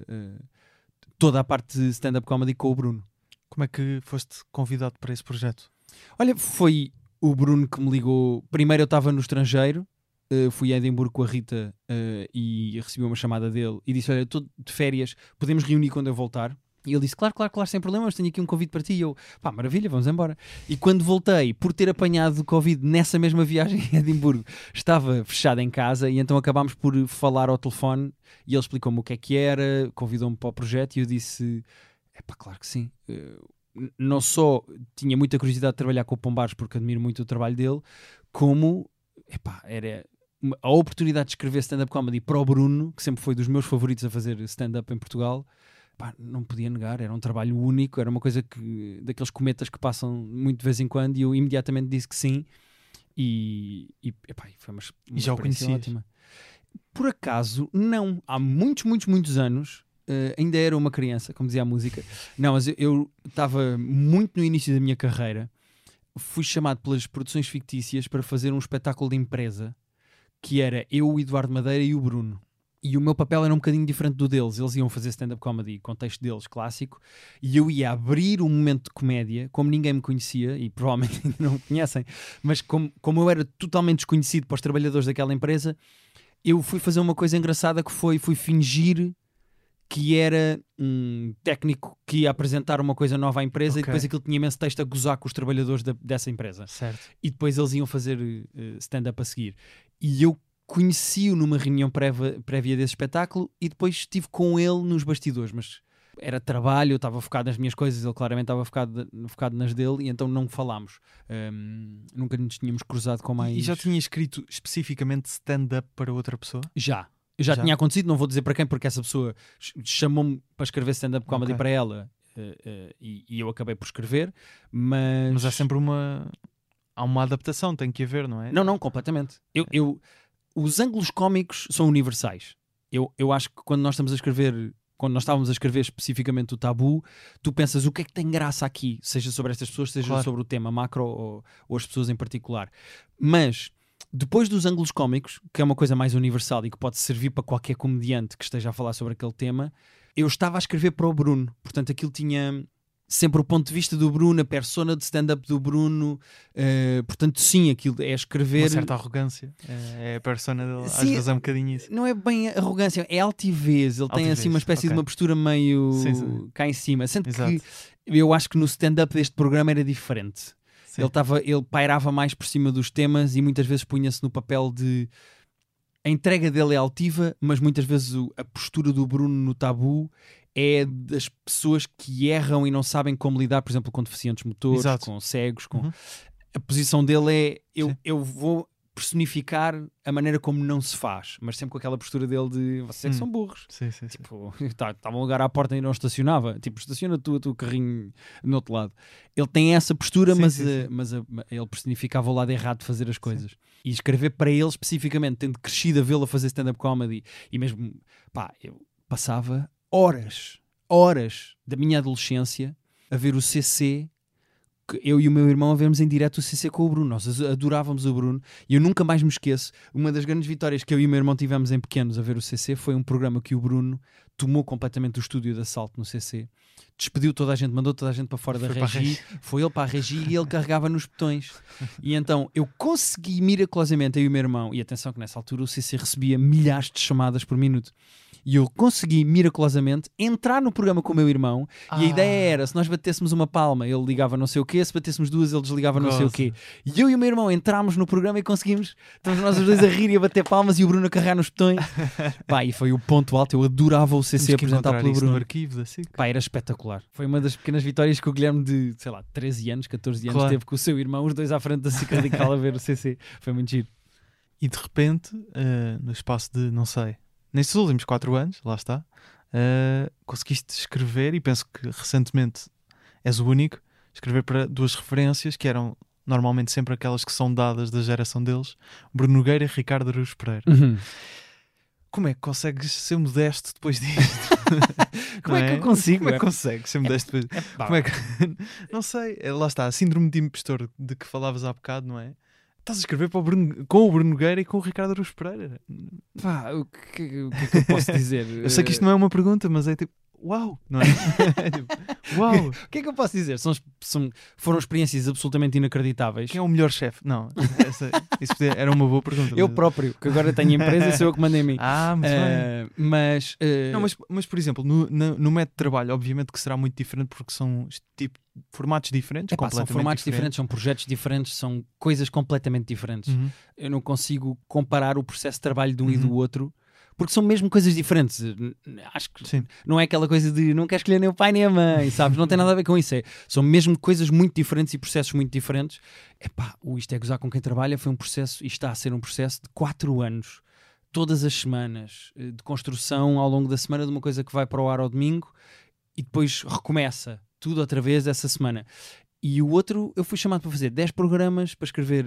toda a parte de stand-up comedy com o Bruno. Como é que foste convidado para esse projeto? Olha, foi o Bruno que me ligou. Primeiro eu estava no estrangeiro, fui a Edimburgo com a Rita e recebi uma chamada dele e disse: olha, estou de férias, podemos reunir quando eu voltar? E ele disse: claro, sem problemas, tenho aqui um convite para ti. E eu: pá, maravilha, vamos embora. E quando voltei, por ter apanhado Covid nessa mesma viagem em Edimburgo, estava fechado em casa e então acabámos por falar ao telefone e ele explicou-me o que é que era, convidou-me para o projeto e eu disse: é pá, claro que sim. Não só tinha muita curiosidade de trabalhar com o Pombares porque admiro muito o trabalho dele, como epá, era a oportunidade de escrever stand-up comedy para o Bruno, que sempre foi dos meus favoritos a fazer stand-up em Portugal. Pá, não podia negar, era um trabalho único, era uma coisa daqueles cometas que passam muito de vez em quando e eu imediatamente disse que sim e epá, foi uma E já o experiência conhecias? ótima. Por acaso, não. Há muitos anos, ainda era uma criança, como dizia a música. Não, mas eu estava muito no início da minha carreira. Fui chamado pelas produções fictícias para fazer um espetáculo de empresa que era eu, o Eduardo Madeira e o Bruno. E o meu papel era um bocadinho diferente do deles. Eles iam fazer stand-up comedy, contexto deles clássico, e eu ia abrir um momento de comédia, como ninguém me conhecia, e provavelmente ainda não me conhecem, mas como eu era totalmente desconhecido para os trabalhadores daquela empresa, eu fui fazer uma coisa engraçada que fui fingir que era um técnico que ia apresentar uma coisa nova à empresa e Ok. depois aquilo tinha imenso texto a gozar com os trabalhadores dessa empresa. Certo. E depois eles iam fazer stand-up a seguir. E eu conheci-o numa reunião prévia desse espetáculo e depois estive com ele nos bastidores, mas era trabalho, eu estava focado nas minhas coisas, ele claramente estava focado nas dele e então não falámos. Nunca nos tínhamos cruzado com mais... E já tinha escrito especificamente stand-up para outra pessoa? Já Já? tinha acontecido, não vou dizer para quem, porque essa pessoa chamou-me para escrever stand-up comedy Ok. para ela e eu acabei por escrever, mas... Mas há sempre há uma adaptação, tem que haver, não é? Não, completamente. Os ângulos cómicos são universais. Eu acho que quando nós estávamos a escrever especificamente o Tabu, tu pensas o que é que tem graça aqui, seja sobre estas pessoas, seja Claro. sobre o tema macro ou as pessoas em particular. Mas depois dos ângulos cómicos, que é uma coisa mais universal e que pode servir para qualquer comediante que esteja a falar sobre aquele tema, eu estava a escrever para o Bruno. Portanto, aquilo tinha sempre o ponto de vista do Bruno, a persona de stand-up do Bruno. Portanto, sim, aquilo é escrever... Uma certa arrogância. É a persona dele. Às Sim. vezes é um bocadinho isso. Não é bem arrogância, é altivez. Ele tem Altivez, assim uma espécie ok. de uma postura meio Sim. cá em cima. Sendo Exato. que eu acho que no stand-up deste programa era diferente. Sim. Ele pairava mais por cima dos temas e muitas vezes punha-se no papel de... A entrega dele é altiva, mas muitas vezes a postura do Bruno no Tabu é das pessoas que erram e não sabem como lidar, por exemplo, com deficientes motores, Exato. com cegos. Uhum. A posição dele é Sim. eu vou personificar a maneira como não se faz, mas sempre com aquela postura dele de vocês é que são burros. Sim. Tipo, estava um lugar à porta e não estacionava. Tipo, estaciona tu o teu carrinho no outro lado. Ele tem essa postura, Sim, mas, sim, sim. mas ele personificava o lado errado de fazer as coisas. E escrever para ele especificamente, tendo crescido a vê-lo a fazer stand-up comedy, e mesmo, pá, eu passava horas da minha adolescência a ver o CC, que eu e o meu irmão a vermos em direto o CC com o Bruno. Nós adorávamos o Bruno e eu nunca mais me esqueço. Uma das grandes vitórias que eu e o meu irmão tivemos em pequenos a ver o CC foi um programa que o Bruno tomou completamente o estúdio de assalto no CC, despediu toda a gente, mandou toda a gente para fora da regi, foi ele para a regi e ele carregava nos botões. E então eu consegui miraculosamente, eu e o meu irmão, e atenção que nessa altura o CC recebia milhares de chamadas por minuto, e eu consegui miraculosamente entrar no programa com o meu irmão, e a ideia era, se nós batêssemos uma palma ele ligava não sei o quê, se batêssemos duas ele desligava não sei o quê, e eu e o meu irmão entrámos no programa e conseguimos, estamos nós os dois a rir e a bater palmas e o Bruno a carregar nos botões. Pá, e foi o ponto alto, eu adorava o CC apresentado pelo Bruno. No arquivo da SIC. Pá, era espetacular. Foi uma das pequenas vitórias que o Guilherme de, sei lá, 13 anos, 14 anos, teve com o seu irmão, os dois à frente da SIC Radical a ver o CC. Foi muito giro. E de repente, no espaço de, não sei, nestes últimos 4 anos, lá está, conseguiste escrever, e penso que recentemente és o único, escrever para 2 referências que eram normalmente sempre aquelas que são dadas da geração deles, Bruno Nogueira e Ricardo Araújo Pereira. Como é que consegues ser modesto depois disto? Como é que eu consigo? Como é que consegues ser modesto depois? Como é que... Não sei, lá está, a síndrome de impostor de que falavas há bocado, não é? Estás a escrever para o Bruno, com o Bruno Nogueira e com o Ricardo Araújo Pereira. Pá, o que é que eu posso dizer? Eu sei que isto não é uma pergunta, mas é tipo, uau, não é? É tipo, uau. O que é que eu posso dizer? Foram experiências absolutamente inacreditáveis. Quem é o melhor chefe? Não, isso era uma boa pergunta. Eu próprio, que agora tenho empresa e sou eu que mando em mim. Muito bem. Mas, por exemplo, no método de trabalho, obviamente que será muito diferente, porque são formatos diferentes. São formatos diferentes, são projetos diferentes, são coisas completamente diferentes. Eu não consigo comparar o processo de trabalho de um e do outro, porque são mesmo coisas diferentes. Acho que não é aquela coisa de não quer escolher nem o pai nem a mãe, sabes? Não tem nada a ver com isso. São mesmo coisas muito diferentes e processos muito diferentes. Isto é gozar com quem trabalha, foi um processo, e está a ser um processo de 4 anos. Todas as semanas, de construção ao longo da semana de uma coisa que vai para o ar ao domingo e depois recomeça tudo outra vez essa semana. E o outro, eu fui chamado para fazer 10 programas, para escrever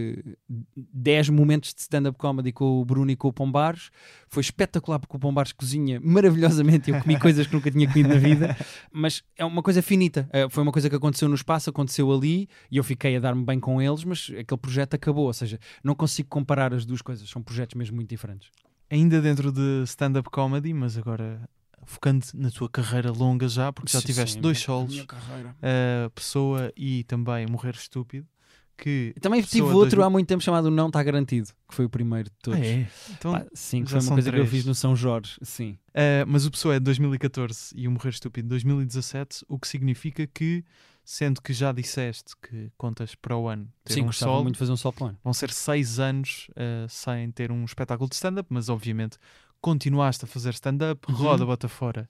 10 momentos de stand-up comedy com o Bruno e com o Pombares. Foi espetacular porque o Pombares cozinha maravilhosamente, eu comi coisas que nunca tinha comido na vida, mas é uma coisa finita. Foi uma coisa que aconteceu no espaço, aconteceu ali, e eu fiquei a dar-me bem com eles, mas aquele projeto acabou, ou seja, não consigo comparar as duas coisas, são projetos mesmo muito diferentes. Ainda dentro de stand-up comedy, mas agora focando na tua carreira longa já, porque já tiveste 2 solos, Pessoa e também Morrer Estúpido. Que também tive outro há muito tempo chamado Não Está Garantido, que foi o primeiro de todos. Então, sim, foi uma coisa 3. Que eu fiz no São Jorge, sim. Mas o Pessoa é de 2014 e o Morrer Estúpido de 2017, o que significa que, sendo que já disseste que contas para o ano ter um gostava muito de fazer um solo para o ano. Vão ser 6 anos sem ter um espetáculo de stand-up, mas obviamente continuaste a fazer stand-up, Roda Bota Fora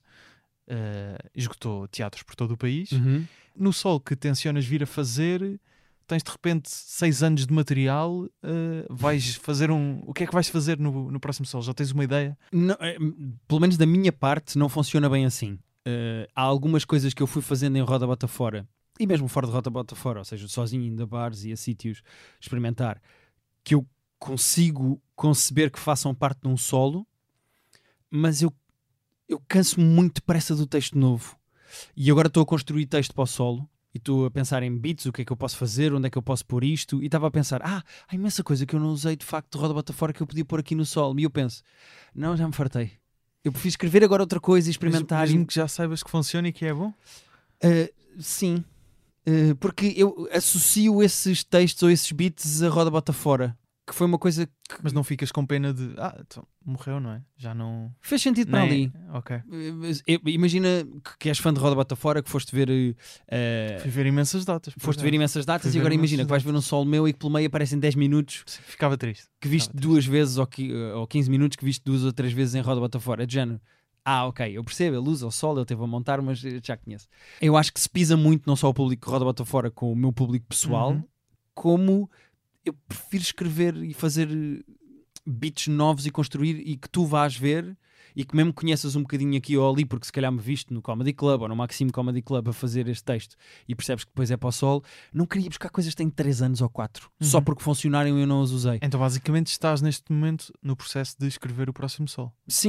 esgotou teatros por todo o país. No solo que tencionas vir a fazer, tens de repente 6 anos de material, vais fazer o que é que vais fazer no próximo solo? Já tens uma ideia? Não, pelo menos da minha parte não funciona bem assim. Há algumas coisas que eu fui fazendo em Roda Bota Fora, e mesmo fora de Roda Bota Fora, ou seja, sozinho indo a bares e a sítios experimentar, que eu consigo conceber que façam parte de um solo, mas eu canso-me muito depressa do texto novo. E agora estou a construir texto para o solo e estou a pensar em beats, o que é que eu posso fazer, onde é que eu posso pôr isto, e estava a pensar, há imensa coisa que eu não usei de facto de Roda Bota Fora que eu podia pôr aqui no solo. E eu penso, não, já me fartei. Eu prefiro escrever agora outra coisa e experimentar. Mesmo que já saibas que funciona e que é bom? Sim. Porque eu associo esses textos ou esses beats a Roda Bota Fora. Que foi uma coisa que... Mas não ficas com pena de... então, morreu, não é? Já não... Fez sentido para ali. Ok. Imagina que és fã de Roda Bota Fora, que foste ver... Fui ver imensas datas. Foste ver imensas datas e agora imagina que vais ver um solo meu e que pelo meio aparecem 10 minutos... Sim, ficava triste. Que viste 2 vezes ou 15 minutos que viste 2 ou 3 vezes em Roda Bota Fora. É de género. Ok, eu percebo, ele usa o solo, ele teve a montar, mas já conheço. Eu acho que se pisa muito não só o público que Roda Bota Fora com o meu público pessoal, como... Eu prefiro escrever e fazer beats novos e construir e que tu vás ver e que mesmo conheças um bocadinho aqui ou ali, porque se calhar me viste no Comedy Club ou no Maxime Comedy Club a fazer este texto e percebes que depois é para o solo, não queria buscar coisas que têm 3 anos ou 4 só porque funcionaram e eu não as usei. Então basicamente estás neste momento no processo de escrever o próximo solo. Sim.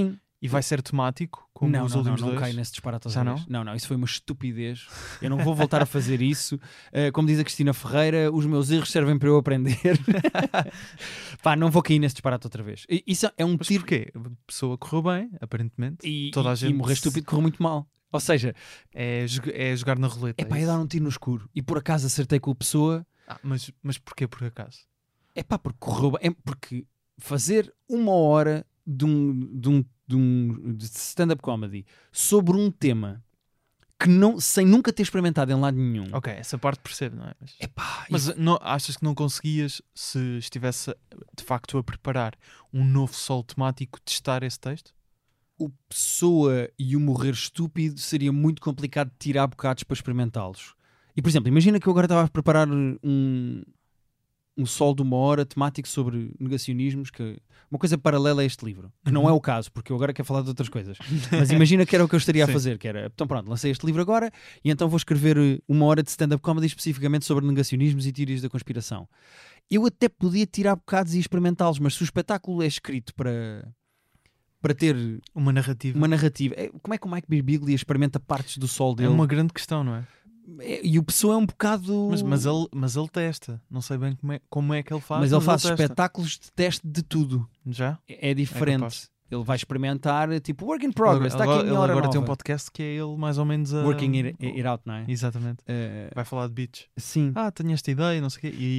E vai ser temático, como não, os não, últimos não dois? caio nesse disparate Já outra vez. Não, isso foi uma estupidez. Eu não vou voltar a fazer isso. Como diz a Cristina Ferreira, os meus erros servem para eu aprender. Pá, não vou cair nesse disparate outra vez. Isso é um Mas tiro. porquê? A pessoa correu bem, aparentemente. E, Toda a e gente morrer estúpido correu muito mal. Ou seja, é jogar na roleta. é pá, é isso? dar um tiro no escuro. E por acaso acertei com a pessoa. Mas porquê por acaso? É pá, porque correu bem. Porque fazer 1 hora de stand-up comedy sobre um tema que não, sem nunca ter experimentado em lado nenhum. Ok, essa parte percebo, não é? É pá, Mas não, achas que não conseguias, se estivesse de facto a preparar um novo solo temático, testar esse texto? o Pessoa e o Morrer Estúpido seria muito complicado de tirar bocados para experimentá-los. E, por exemplo, imagina que eu agora estava a preparar um solo de 1 hora temático sobre negacionismos, que uma coisa paralela a este livro, que não é o caso, porque eu agora quero falar de outras coisas. Mas imagina que era o que eu estaria a Sim. fazer, que era, então pronto, lancei este livro agora e então vou escrever 1 hora de stand-up comedy especificamente sobre negacionismos e teorias da conspiração. Eu até podia tirar bocados e experimentá-los, mas se o espetáculo é escrito para ter Uma narrativa. uma narrativa, como é que o Mike Birbiglia experimenta partes do solo É dele? uma grande questão, não é? E o Pessoa é um bocado... Mas ele testa. Não sei bem como é que ele faz. Mas ele faz testa. espetáculos de teste de tudo. Já? É diferente. capaz. Ele vai experimentar, tipo, work in progress. Está aqui a Ele minha hora agora nova. tem um podcast que é ele mais ou menos a... Working it out, não é? Exatamente. Eh, Vai falar de beats. sim. Tenho esta ideia, não sei o quê. E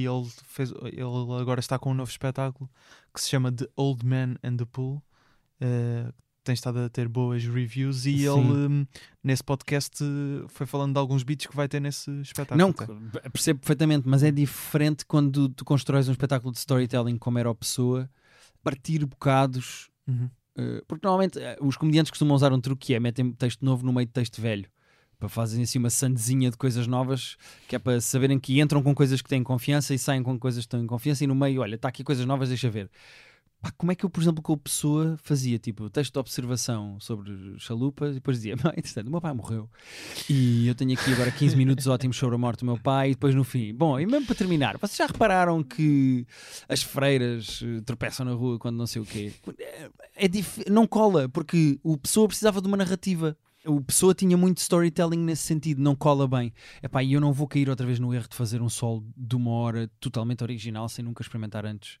ele agora está com um novo espetáculo que se chama The Old Man and the Pool. Tem estado a ter boas reviews e Sim. ele nesse podcast foi falando de alguns beats que vai ter nesse espetáculo. Não, até. percebo perfeitamente, mas é diferente quando tu constróis um espetáculo de storytelling como era a Pessoa, partir bocados. Uhum. Porque normalmente os comediantes costumam usar um truque que é metem texto novo no meio de texto velho. Para fazerem assim uma sandezinha de coisas novas, que é para saberem que entram com coisas que têm confiança e saem com coisas que têm confiança, e no meio, olha, está aqui coisas novas, deixa ver. Pá, como é que eu, por exemplo, com a Pessoa fazia tipo texto de observação sobre chalupas e depois dizia, interessante, o meu pai morreu e eu tenho aqui agora 15 minutos ótimos sobre a morte do meu pai, e depois no fim, bom, e mesmo para terminar, vocês já repararam que as freiras tropeçam na rua quando não sei o quê? Não cola, porque o Pessoa precisava de uma narrativa. O Pessoa tinha muito storytelling nesse sentido, não cola bem. Epá, e eu não vou cair outra vez no erro de fazer um solo de 1 hora totalmente original sem nunca experimentar antes.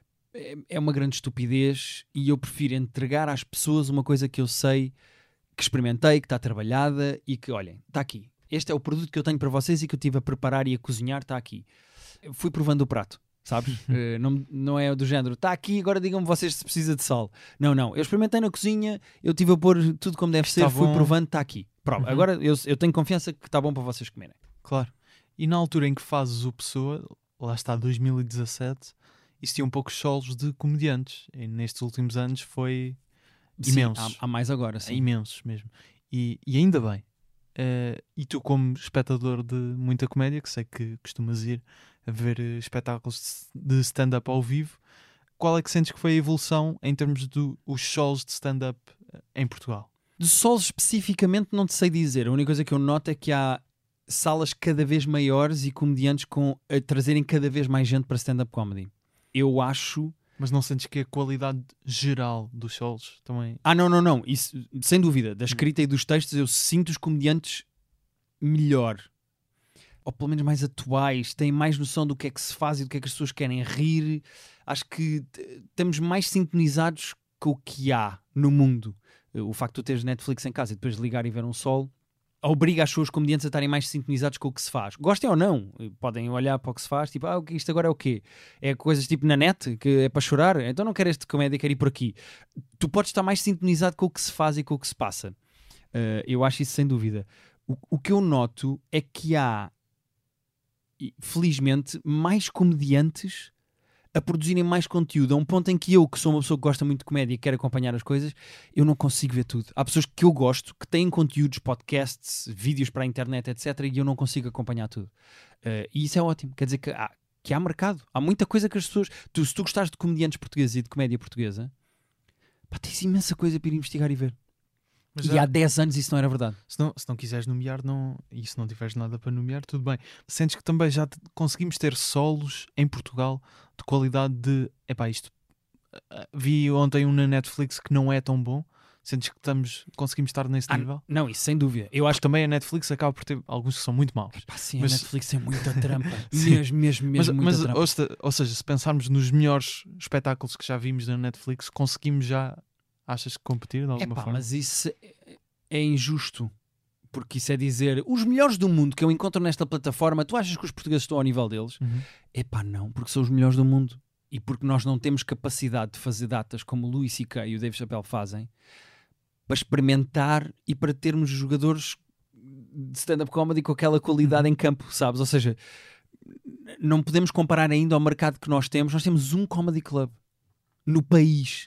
É uma grande estupidez e eu prefiro entregar às pessoas uma coisa que eu sei, que experimentei, que está trabalhada e que, olhem, está aqui. Este é o produto que eu tenho para vocês e que eu estive a preparar e a cozinhar, está aqui. Eu fui provando o prato, sabes? Não é do género, está aqui, agora digam-me vocês se precisa de sal. Não. Eu experimentei na cozinha, eu estive a pôr tudo como deve ser, fui provando, está aqui. Prova. Agora eu tenho confiança que está bom para vocês comerem. Claro. E na altura em que fazes o Pessoa, lá está 2017, existiam poucos solos de comediantes. E nestes últimos anos foi imensos. Sim, há mais agora, sim. Imensos mesmo. E ainda bem. E tu, como espectador de muita comédia, que sei que costumas ir a ver espetáculos de stand-up ao vivo, qual é que sentes que foi a evolução em termos dos solos de stand-up em Portugal? De solos especificamente não te sei dizer. A única coisa que eu noto é que há salas cada vez maiores e comediantes a trazerem cada vez mais gente para stand-up comedy. Eu acho... Mas não sentes que a qualidade geral dos solos também... Não. Isso, sem dúvida. Da escrita e dos textos eu sinto os comediantes melhor. Ou pelo menos mais atuais. Têm mais noção do que é que se faz e do que é que as pessoas querem rir. Acho que estamos mais sintonizados com o que há no mundo. O facto de tu teres Netflix em casa e depois de ligar e ver um solo obriga as suas comediantes a estarem mais sintonizados com o que se faz. Gostem ou não, podem olhar para o que se faz, tipo, isto agora é o quê? É coisas tipo na net, que é para chorar? Então não quero este comédia, quero ir por aqui. Tu podes estar mais sintonizado com o que se faz e com o que se passa. Eu acho isso sem dúvida. O que eu noto é que há, felizmente, mais comediantes a produzirem mais conteúdo, a um ponto em que eu, que sou uma pessoa que gosta muito de comédia e quero acompanhar as coisas, eu não consigo ver tudo. Há pessoas que eu gosto, que têm conteúdos, podcasts, vídeos para a internet, etc, e eu não consigo acompanhar tudo. E isso é ótimo, quer dizer que há mercado. Há muita coisa que as pessoas... se tu gostares de comediantes portugueses e de comédia portuguesa, tens imensa coisa para ir investigar e ver. Mas E há 10 anos isso não era verdade. Se não quiseres nomear, e se não tiveres nada para nomear, tudo bem. Sentes que também já conseguimos ter solos em Portugal de qualidade de... isto... Vi ontem um na Netflix que não é tão bom. Sentes que conseguimos estar nesse nível? Não, isso sem dúvida. Eu acho Porque também a Netflix acaba por ter alguns que são muito maus. que sim, mas- a Netflix é muita trampa. Sim. mesmo Mas, muita trampa. ou seja, se pensarmos nos melhores espetáculos que já vimos na Netflix, conseguimos já, achas que competir de alguma forma? Mas isso é injusto. Porque isso é dizer, os melhores do mundo que eu encontro nesta plataforma, tu achas que os portugueses estão ao nível deles? Uhum. Não, porque são os melhores do mundo. E porque nós não temos capacidade de fazer datas como o Louis C.K. e o Dave Chappelle fazem, para experimentar e para termos jogadores de stand-up comedy com aquela qualidade em campo, sabes? Ou seja, não podemos comparar ainda ao mercado que nós temos. Nós temos um comedy club no país.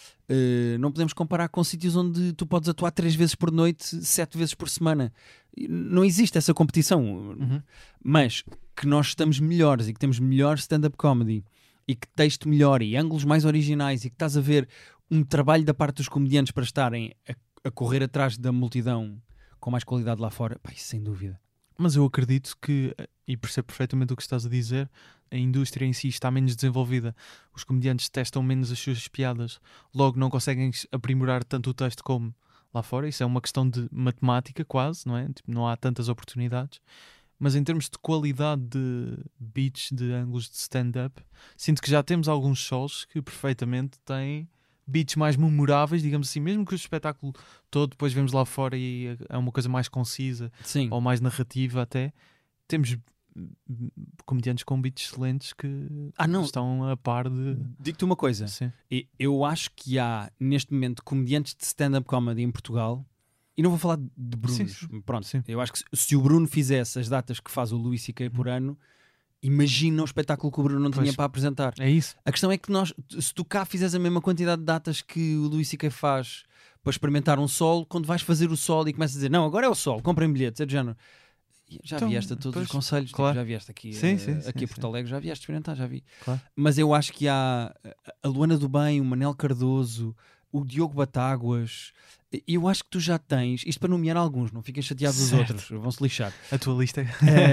Não podemos comparar com sítios onde tu podes atuar 3 vezes por noite, 7 vezes por semana. Não existe essa competição. Uhum. Mas que nós estamos melhores e que temos melhor stand-up comedy e que texto melhor e ângulos mais originais e que estás a ver um trabalho da parte dos comediantes para estarem a correr atrás da multidão com mais qualidade lá fora, isso sem dúvida. Mas eu acredito que, e percebo perfeitamente o que estás a dizer, a indústria em si está menos desenvolvida. Os comediantes testam menos as suas piadas, logo não conseguem aprimorar tanto o texto como lá fora. Isso é uma questão de matemática quase, não é? Tipo, não há tantas oportunidades. Mas em termos de qualidade de beats, de ângulos de stand-up, sinto que já temos alguns shows que perfeitamente têm beats mais memoráveis, digamos assim, mesmo que o espetáculo todo depois vemos lá fora e é uma coisa mais concisa, Sim. ou mais narrativa até. Temos comediantes com beats excelentes que Não. estão a par de... Digo-te uma coisa. Sim. Eu acho que há, neste momento, comediantes de stand-up comedy em Portugal, e não vou falar de Brunos. Sim. Pronto, Sim. eu acho que se o Bruno fizesse as datas que faz o Louis C.K. por ano, imagina o espetáculo que o Bruno não tinha Pois. para apresentar. É isso. A questão é que se tu cá fizeres a mesma quantidade de datas que o Louis C.K. faz para experimentar um solo, quando vais fazer o solo e começas a dizer, não, agora é o solo, comprem bilhetes, é de género. Já Então, vieste a todos pois, os conselhos, claro. já vieste aqui, Sim, aqui a Porto Alegre, já vieste experimentar, já vi. Claro. Mas eu acho que há a Luana do Bem, o Manel Cardoso, o Diogo Batáguas. Eu acho que tu já tens, isto para nomear alguns, não fiquem chateados os Certo. outros, vão-se lixar. A tua lista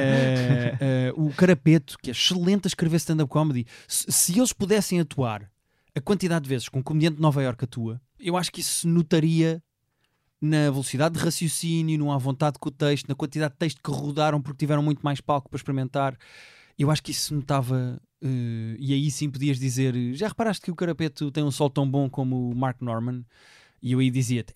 O Carapeto, que é excelente a escrever stand-up comedy. Se eles pudessem atuar a quantidade de vezes que um comediante de Nova Iorque atua, eu acho que isso se notaria na velocidade de raciocínio, não à vontade com o texto, na quantidade de texto que rodaram porque tiveram muito mais palco para experimentar. Eu acho que isso se notava, e aí sim podias dizer, já reparaste que o Carapeto tem um sol tão bom como o Mark Norman? E eu aí dizia-te,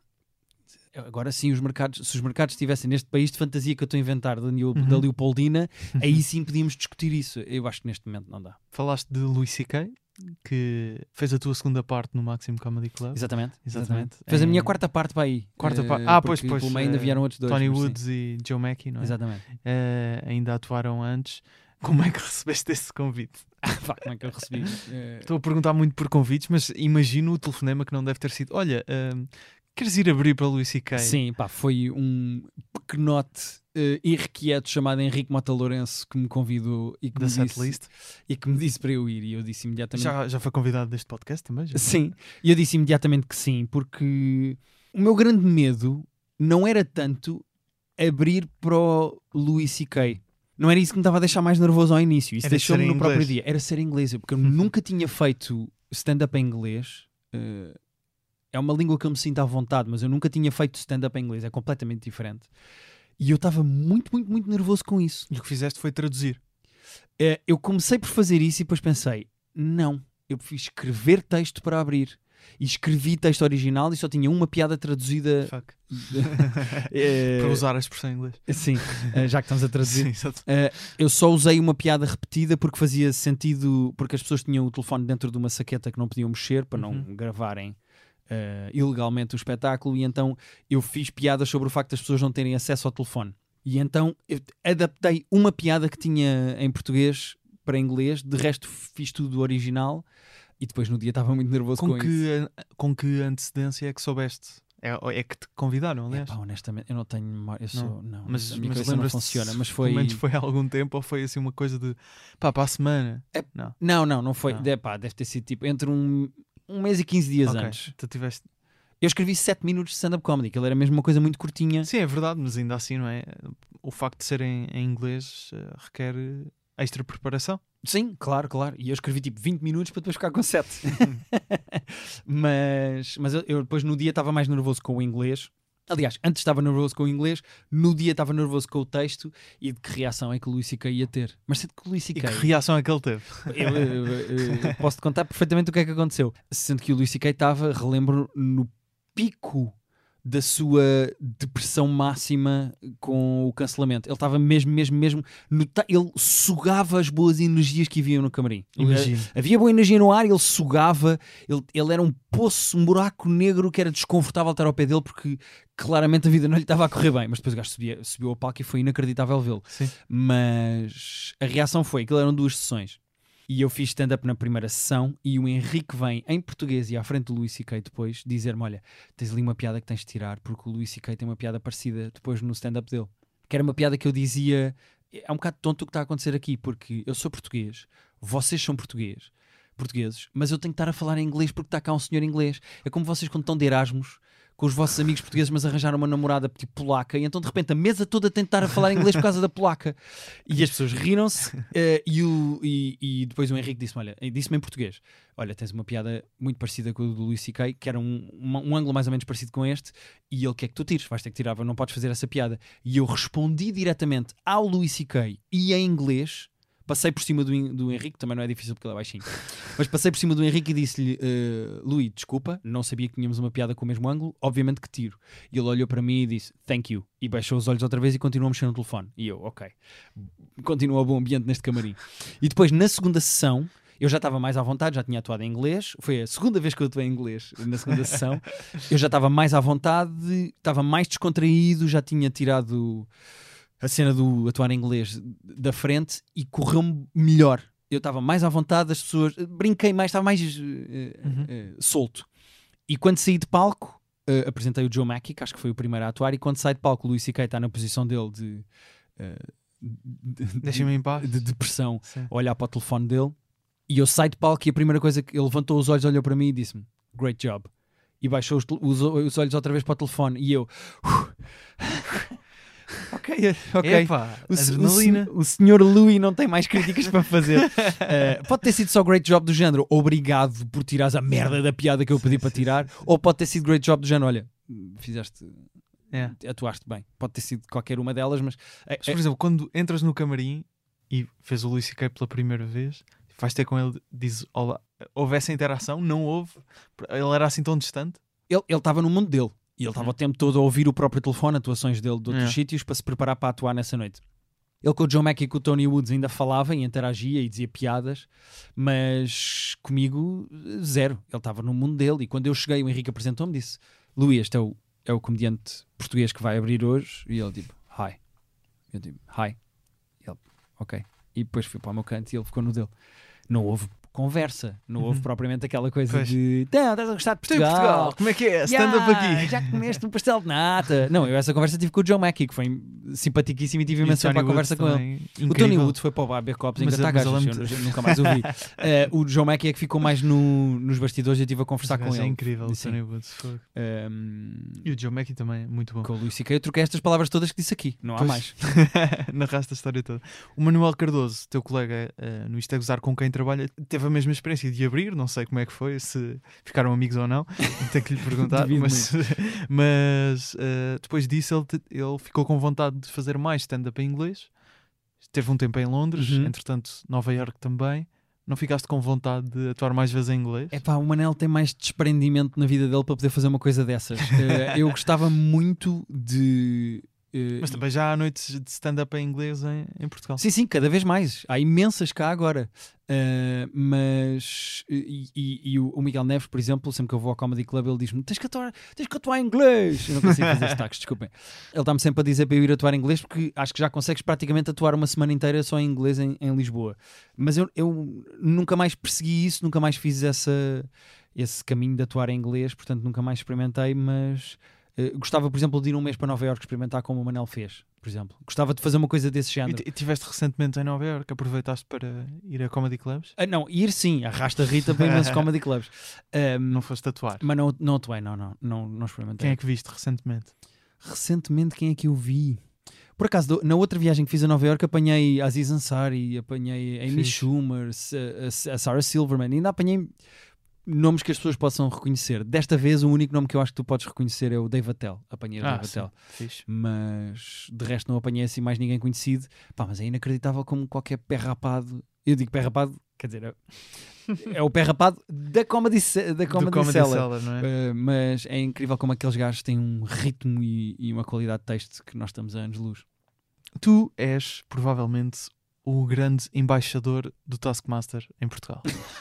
agora sim, se os mercados estivessem neste país de fantasia que eu estou a inventar da Leopoldina, aí sim podíamos discutir isso. Eu acho que neste momento não dá. Falaste de Louis C.K., que fez a tua segunda parte no Maximum Comedy Club. Exatamente. Exatamente. Fez a minha quarta parte para aí. Quarta parte. Pois. Pois. Pelo meio ainda vieram outros dois. Tony mas sim. Woods e Joe Mackey, não é? Exatamente. Ainda atuaram antes. Como é que recebeste esse convite? Como é que eu recebi? Estou a perguntar muito por convites, mas imagino o telefonema que não deve ter sido. Olha, queres ir abrir para Louis C.K.? Sim, foi um pequenote irrequieto chamado Henrique Mota Lourenço que me convidou e que Da me disse, setlist? e que me disse para eu ir, e eu disse imediatamente Já foi convidado deste podcast também? Já? sim, e eu disse imediatamente que sim, porque o meu grande medo não era tanto abrir para o Louis C.K. Não era isso que me estava a deixar mais nervoso ao início. Isso Era deixou-me ser em no próprio inglês. dia. Era ser inglês, porque eu nunca tinha feito stand-up em inglês. É uma língua que eu me sinto à vontade, mas eu nunca tinha feito stand-up em inglês. É completamente diferente. E eu estava muito, muito, muito nervoso com isso. E o que fizeste foi traduzir. Eu comecei por fazer isso e depois pensei, não, eu fiz escrever texto para abrir. E escrevi texto original e só tinha uma piada traduzida. Fuck. Eh, Para usar a expressão em inglês. Sim, já que estamos a traduzir. Sim, exato. Eu só usei uma piada repetida porque fazia sentido, porque as pessoas tinham o telefone dentro de uma saqueta que não podiam mexer para não gravarem ilegalmente o espetáculo, e então eu fiz piadas sobre o facto das pessoas não terem acesso ao telefone. E então eu adaptei uma piada que tinha em português para inglês, de resto fiz tudo original, e depois no dia estava muito nervoso com isso. Com que antecedência é que soubeste? É que te convidaram, aliás? Honestamente, eu não tenho memória. Não, Mas a minha cabeça não lembras-te funciona. se Mas foi. pelo menos foi há algum tempo ou foi assim uma coisa de para a semana? Não foi. Não. Deve ter sido tipo entre um mês e 15 dias Ok, antes. tu tiveste... Eu escrevi 7 minutos de stand-up comedy, que ele era mesmo uma coisa muito curtinha. Sim, é verdade, mas ainda assim, não é? O facto de ser em inglês requer extra preparação. Sim, claro. E eu escrevi tipo 20 minutos para depois ficar com 7. mas eu depois no dia estava mais nervoso com o inglês. Aliás, antes estava nervoso com o inglês, no dia estava nervoso com o texto e de que reação é que o Louis C.K. ia ter. Mas sendo que o Louis E C.K. que reação é que ele teve? Eu posso-te contar perfeitamente o que é que aconteceu. Sendo que o Louis C.K. estava, relembro, no pico da sua depressão máxima com o cancelamento. Ele estava mesmo ele sugava as boas energias que haviam no camarim. Imagino. Havia boa energia no ar, ele sugava, ele era um poço, um buraco negro que era desconfortável estar ao pé dele porque claramente a vida não lhe estava a correr bem. Mas depois o gajo subiu ao palco e foi inacreditável vê-lo. Sim. Mas a reação foi, aquilo eram 2 sessões. E eu fiz stand-up na primeira sessão e o Henrique vem em português e à frente do Louis C.K. depois dizer-me, olha, tens ali uma piada que tens de tirar porque o Louis C.K. tem uma piada parecida depois no stand-up dele. Que era uma piada que eu dizia, é um bocado tonto o que está a acontecer aqui porque eu sou português, vocês são portugueses, mas eu tenho que estar a falar em inglês porque está cá um senhor inglês. É como vocês quando estão de Erasmus com os vossos amigos portugueses, mas arranjaram uma namorada tipo polaca, e então de repente a mesa toda tentar a falar inglês por causa da polaca. E as pessoas riram-se, e depois o Henrique disse-me, olha, disse-me em português, olha, tens uma piada muito parecida com o do Louis C.K., que era um ângulo mais ou menos parecido com este, e ele quer que tu tires, vais ter que tirar, não podes fazer essa piada. E eu respondi diretamente ao Louis C.K. e em inglês. Passei por cima do Henrique, também não é difícil porque ele é baixinho, mas passei por cima do Henrique e disse-lhe, Luís, desculpa, não sabia que tínhamos uma piada com o mesmo ângulo, obviamente que tiro. E ele olhou para mim e disse, thank you, e baixou os olhos outra vez e continuou a mexer no telefone. E eu, ok, continua o bom ambiente neste camarim. E depois, na segunda sessão, eu já estava mais à vontade, já tinha atuado em inglês, foi a segunda vez que eu atuei em inglês na segunda sessão, eu já estava mais à vontade, estava mais descontraído, já tinha tirado a cena do atuar em inglês da frente e correu-me melhor. Eu estava mais à vontade, as pessoas... Brinquei mais, estava mais solto. E quando saí de palco, apresentei o Joe Mackey, que acho que foi o primeiro a atuar, e quando sai de palco o Louis C.K. está na posição dele Deixa-me em paz. de depressão, Sim. a olhar para o telefone dele, e eu saio de palco e a primeira coisa que ele levantou os olhos, olhou para mim e disse-me, great job. E baixou os olhos outra vez para o telefone, e eu... Ok. Epá, adrenalina. O senhor Louis não tem mais críticas para fazer. Pode ter sido só great job do género, obrigado por tirares a merda da piada que eu pedi para tirar, ou pode ter sido great job do género, olha, fizeste, atuaste bem. Pode ter sido qualquer uma delas, mas... Mas, por exemplo, quando entras no camarim e fez o Louis C.K. pela primeira vez, vais ter com ele, diz olá, houve essa interação? Não houve? Ele era assim tão distante? Ele estava no mundo dele. E ele estava o tempo todo a ouvir o próprio telefone, atuações dele de outros sítios, para se preparar para atuar nessa noite. Ele com o Joe Mackey e com o Tony Woods ainda falava e interagia e dizia piadas, mas comigo, zero. Ele estava no mundo dele. E quando eu cheguei, o Henrique apresentou-me e disse, Luís, este é o comediante português que vai abrir hoje. E ele tipo, hi. Eu digo, hi. E ele, ok. E depois fui para o meu canto e ele ficou no dele. Não houve conversa, não houve propriamente aquela coisa de estás a gostar de Portugal, como é que é? Stand-up aqui. Já comeste um pastel de nata. Não, eu essa conversa tive com o Joe Mackey, que foi simpaticíssimo e tive imenso tempo a conversa com ele. Incrível. O Tony Woods foi para o Bar Copos em Gatagajas, eu nunca mais ouvi. O Joe Mackey é que ficou mais nos bastidores e eu estive a conversar com ele. É incrível, o Tony Woods. E o Joe Mackey também, muito bom. Com o Louis C.K. eu troquei estas palavras todas que disse aqui, não há mais. Narraste a história toda. O Manuel Cardoso, teu colega no Isto é Gozar com quem trabalha, teve a mesma experiência de abrir, não sei como é que foi, se ficaram amigos ou não, tenho que lhe perguntar, mas depois disso ele ficou com vontade de fazer mais stand-up em inglês, teve um tempo em Londres, entretanto Nova Iorque também. Não ficaste com vontade de atuar mais vezes em inglês? O Manel tem mais desprendimento na vida dele para poder fazer uma coisa dessas. Eu gostava muito de... Mas também já há noites de stand-up em inglês em Portugal. Sim, cada vez mais. Há imensas cá agora. Mas o Miguel Neves, por exemplo, sempre que eu vou ao Comedy Club, ele diz-me: tens que atuar em inglês. Eu não consigo fazer destaques, desculpem. Ele está-me sempre a dizer para eu ir atuar em inglês, porque acho que já consegues praticamente atuar uma semana inteira só em inglês em Lisboa. Mas eu nunca mais persegui isso, nunca mais fiz esse caminho de atuar em inglês, portanto nunca mais experimentei, mas... gostava, por exemplo, de ir um mês para Nova Iorque experimentar como o Manel fez, por exemplo. Gostava de fazer uma coisa desse género. E tiveste recentemente em Nova Iorque? Aproveitaste para ir a comedy clubs? Não, ir sim, arrasta a Rita para imensos comedy clubs. Não foste atuar? Mas não atuei, não experimentei. Quem é que viste recentemente? Recentemente, quem é que eu vi? Por acaso, na outra viagem que fiz a Nova Iorque, apanhei Aziz Ansari, apanhei Amy Fixe. Schumer, a Sarah Silverman, ainda apanhei nomes que as pessoas possam reconhecer. Desta vez, o único nome que eu acho que tu podes reconhecer é o Dave Attell. Apanhei o Dave Attell. Fixe. Mas de resto não apanhei assim mais ninguém conhecido. Pá, mas é inacreditável como qualquer pé rapado. Eu digo pé rapado, quer dizer, é o pé rapado da Comedy Cellar. Não é? Mas é incrível como aqueles gajos têm um ritmo e uma qualidade de texto que nós estamos a anos-luz. Tu és provavelmente o grande embaixador do Taskmaster em Portugal.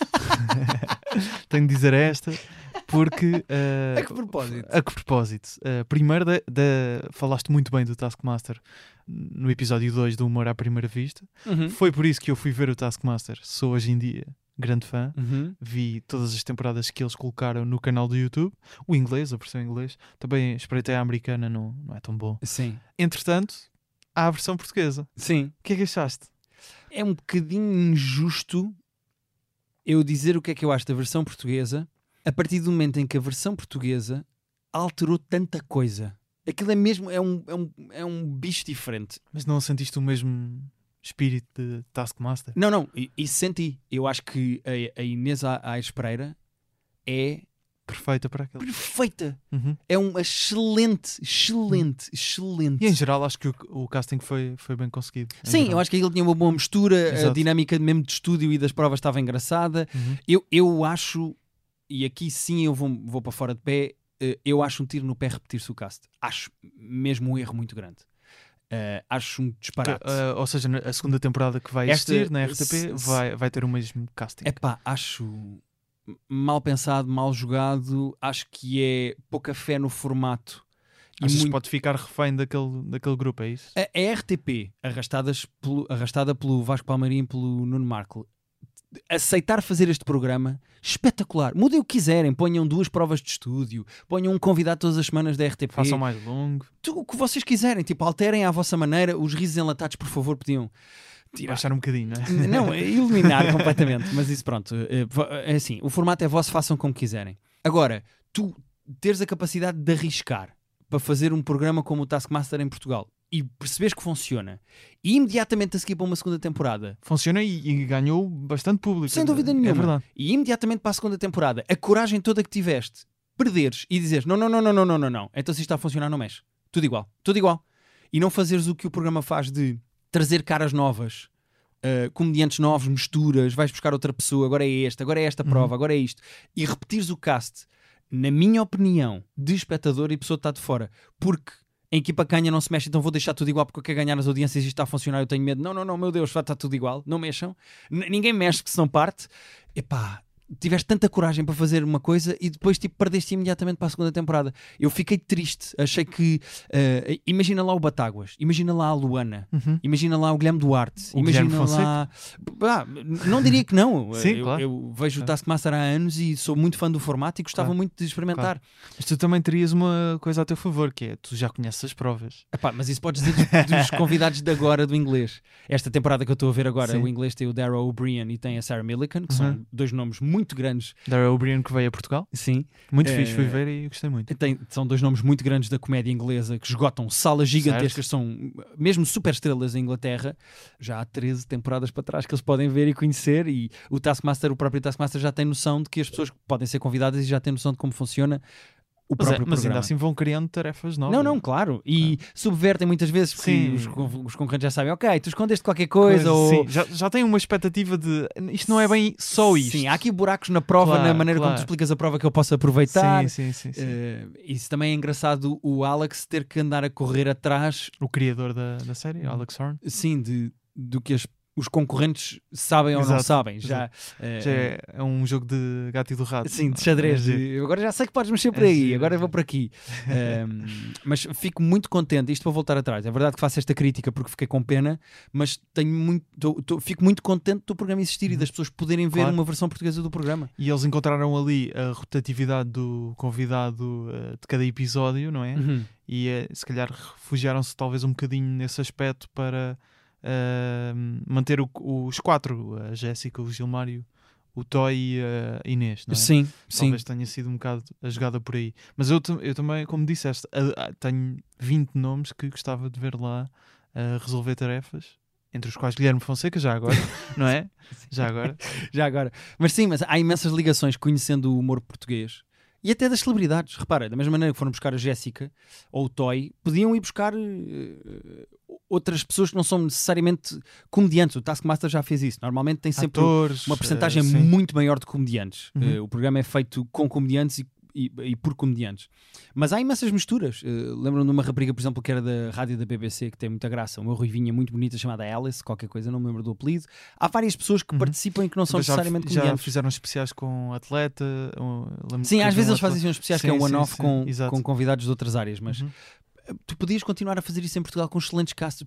Tenho de dizer esta porque A que propósito? a que propósito? Primeiro falaste muito bem do Taskmaster no episódio 2 do Humor à Primeira Vista. Uhum. Foi por isso que eu fui ver o Taskmaster. Sou hoje em dia grande fã. Uhum. Vi todas as temporadas que eles colocaram no canal do YouTube. O inglês, a versão em inglês. Também espreitei a americana, não é tão bom. Sim. Entretanto, há a versão portuguesa. Sim. O que é que achaste? É um bocadinho injusto eu dizer o que é que eu acho da versão portuguesa a partir do momento em que a versão portuguesa alterou tanta coisa. Aquilo é mesmo, é um bicho diferente. Mas não sentiste o mesmo espírito de Taskmaster? Não, isso senti. Eu acho que a Inês Aires Pereira é Perfeita para aquele. perfeita. Uhum. É um excelente. E em geral acho que o casting foi bem conseguido. Sim, eu acho que ele tinha uma boa mistura, a Exato. dinâmica mesmo de estúdio e das provas estava engraçada. Uhum. Eu acho, e aqui sim eu vou para fora de pé, eu acho um tiro no pé repetir-se o cast. Acho mesmo um erro muito grande. Acho um disparate. Ou seja, a segunda temporada que vai Esta- existir na RTP vai ter o mesmo casting. Epá, acho mal pensado, mal jogado, acho que é pouca fé no formato. E Achas que muito... pode ficar refém daquele grupo, é isso? A RTP, arrastada pelo Vasco Palmeirinho e pelo Nuno Marco, aceitar fazer este programa, espetacular. Mudem o que quiserem, ponham 2 provas de estúdio, ponham um convidado todas as semanas da RTP. Façam mais longo, Tudo o que vocês quiserem, tipo, alterem à vossa maneira. Os risos enlatados, por favor, podiam tirar. baixar um bocadinho, não é? Não, eliminar completamente. Mas isso, pronto, é assim, o formato é vosso, façam como quiserem. Agora, tu teres a capacidade de arriscar para fazer um programa como o Taskmaster em Portugal e perceberes que funciona e imediatamente a seguir para uma segunda temporada, Funciona e ganhou bastante público. sem dúvida nenhuma, É verdade. e imediatamente para a segunda temporada, a coragem toda que tiveste, perderes e dizeres não, então se isto está a funcionar não mexe, tudo igual, e não fazeres o que o programa faz de trazer caras novas, comediantes novos, misturas, vais buscar outra pessoa, agora é esta prova, agora é isto, e repetires o cast, na minha opinião, de espectador e pessoa que está de fora, porque a equipa que ganha não se mexe, então vou deixar tudo igual porque eu quero ganhar as audiências e isto está a funcionar, eu tenho medo. Não, meu Deus, vai estar tudo igual, não mexam. Ninguém mexe que se não parte. Epá, tiveste tanta coragem para fazer uma coisa e depois tipo, perdeste imediatamente para a segunda temporada. Eu fiquei triste, achei que imagina lá o Batáguas, imagina lá a Luana, imagina lá o Guilherme Duarte, O imagina Guilherme lá... não diria que não. Sim, claro. Eu vejo o Taskmaster há anos e sou muito fã do formato e gostava Claro. muito de experimentar. Mas tu também terias uma coisa a teu favor, que é, tu já conheces as provas. Epá, mas isso podes dizer dos convidados de agora do inglês. Esta temporada que eu estou a ver agora, Sim. o inglês tem o Darrell O'Brien e tem a Sarah Millican, que são 2 nomes muito grandes. Darrell O'Brien que veio a Portugal. Sim, Muito fixe, fui ver e gostei muito. são 2 nomes muito grandes da comédia inglesa que esgotam salas gigantescas, são mesmo super estrelas em Inglaterra. Já há 13 temporadas para trás que eles podem ver e conhecer, e o próprio Taskmaster já tem noção de que as pessoas podem ser convidadas e já têm noção de como funciona o próprio Mas ainda programa. assim vão criando tarefas novas. Não, claro. E subvertem muitas vezes, porque Sim. os concorrentes já sabem, ok, tu escondeste qualquer coisa, ou... Sim, já tem uma expectativa de isto não é bem só isto. Sim, há aqui buracos na prova, Claro, na maneira como claro. tu explicas a prova que eu posso aproveitar. Sim. Isso também é engraçado, o Alex ter que andar a correr atrás, O criador da série, Alex Horn. sim, do que os concorrentes sabem ou não Exato, sabem. Já É um jogo de gato e do rato. sim, de xadrez. É giro. Eu agora já sei que podes mexer por É aí, giro, agora é eu vou por aqui. Mas fico muito contente, isto para voltar atrás. É verdade que faço esta crítica porque fiquei com pena, mas fico muito contente do programa existir e das pessoas poderem ver Claro. uma versão portuguesa do programa. E eles encontraram ali a rotatividade do convidado de cada episódio, não é? E se calhar refugiaram-se talvez um bocadinho nesse aspecto para manter os 4, a Jéssica, o Gilmário, o Toy e a Inês, não é? Sim. Talvez tenha sido um bocado a jogada por aí. Mas eu também, como disseste, tenho 20 nomes que gostava de ver lá a resolver tarefas, entre os quais Guilherme Fonseca, já agora, não é? Já agora. Já agora. Mas sim, mas há imensas ligações conhecendo o humor português. E até das celebridades. Repara, da mesma maneira que foram buscar a Jéssica ou o Toy, podiam ir buscar outras pessoas que não são necessariamente comediantes. O Taskmaster já fez isso. Normalmente tem sempre Atores, uma percentagem sim. muito maior de comediantes. Uhum. O programa é feito com comediantes e por comediantes. Mas há imensas misturas. Lembro-me de uma rapariga, por exemplo, que era da rádio da BBC, que tem muita graça, uma ruivinha muito bonita chamada Alice, qualquer coisa, não me lembro do apelido. Há várias pessoas que participam e que não são necessariamente já comediantes. fizeram especiais com atleta. Sim, às vezes eles fazem especiais que é one-off com Exato. convidados de outras áreas, mas Uhum. tu podias continuar a fazer isso em Portugal com excelentes casts.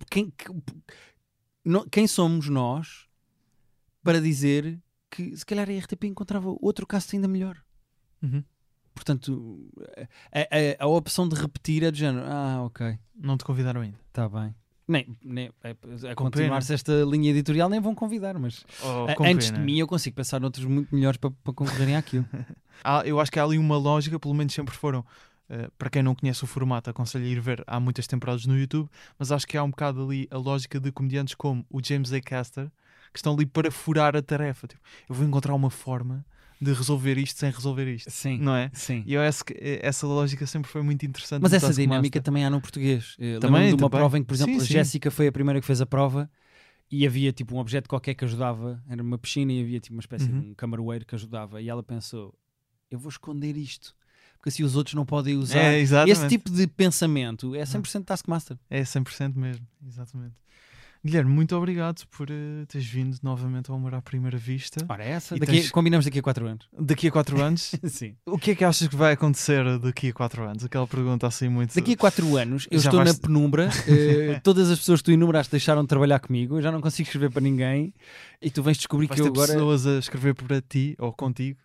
Quem somos nós para dizer que se calhar a RTP encontrava outro cast ainda melhor? Uhum. Portanto, a opção de repetir é do género. Ok, Não te convidaram ainda. está bem. Nem a Com continuar-se esta linha editorial nem vão convidar, mas antes de mim eu consigo pensar noutros muito melhores para concorrerem àquilo. Eu acho que há ali uma lógica, pelo menos sempre foram. Para quem não conhece o formato, aconselho a ir ver. Há muitas temporadas no YouTube, mas acho que há um bocado ali a lógica de comediantes como o James A. Caster, que estão ali para furar a tarefa. Tipo, eu vou encontrar uma forma de resolver isto sem resolver isto. Sim, não é? sim. E eu acho que essa lógica sempre foi muito interessante. Mas no essa Taskmaster. dinâmica também há no português. Também, Lembro-me de uma também. prova em que, por exemplo, Sim, a sim. Jéssica foi a primeira que fez a prova e havia tipo um objeto qualquer que ajudava. Era uma piscina e havia tipo uma espécie de um camaroeiro que ajudava. E ela pensou, eu vou esconder isto, porque assim os outros não podem usar. É, exatamente. Esse tipo de pensamento é 100% Taskmaster. É 100% mesmo, exatamente. Guilherme, muito obrigado por teres vindo novamente ao Amor à Primeira Vista. Ora, essa. E Combinamos daqui a 4 anos. Daqui a 4 anos, Sim. o que é que achas que vai acontecer daqui a 4 anos? Aquela pergunta assim muito... Daqui a 4 anos eu Já estou vais- na penumbra, todas as pessoas que tu enumeraste deixaram de trabalhar comigo, eu já não consigo escrever para ninguém e tu vens descobrir Vais que eu ter agora... pessoas a escrever para ti ou contigo.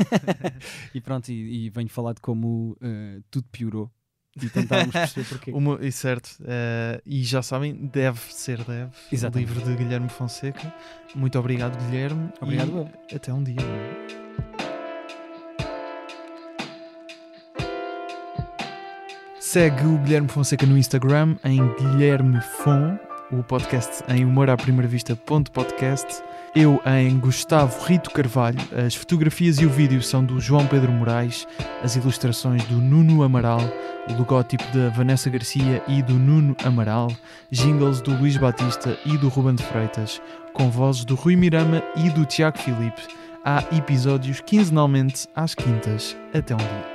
E pronto, e venho falar de como tudo piorou e tentarmos perceber porquê. E certo, e já sabem, deve ser o Exatamente. livro de Guilherme Fonseca. Muito obrigado, Guilherme. Obrigado, e eu. até um dia. não é? Segue o Guilherme Fonseca no Instagram em Guilherme Fon, o podcast em humoraprimeiravista.podcast, eu em Gustavo Rito Carvalho. As fotografias e o vídeo são do João Pedro Moraes, as ilustrações do Nuno Amaral, o logótipo da Vanessa Garcia e do Nuno Amaral, jingles do Luís Batista e do Ruben de Freitas, com vozes do Rui Mirama e do Tiago Filipe. Há episódios quinzenalmente às quintas. Até um dia.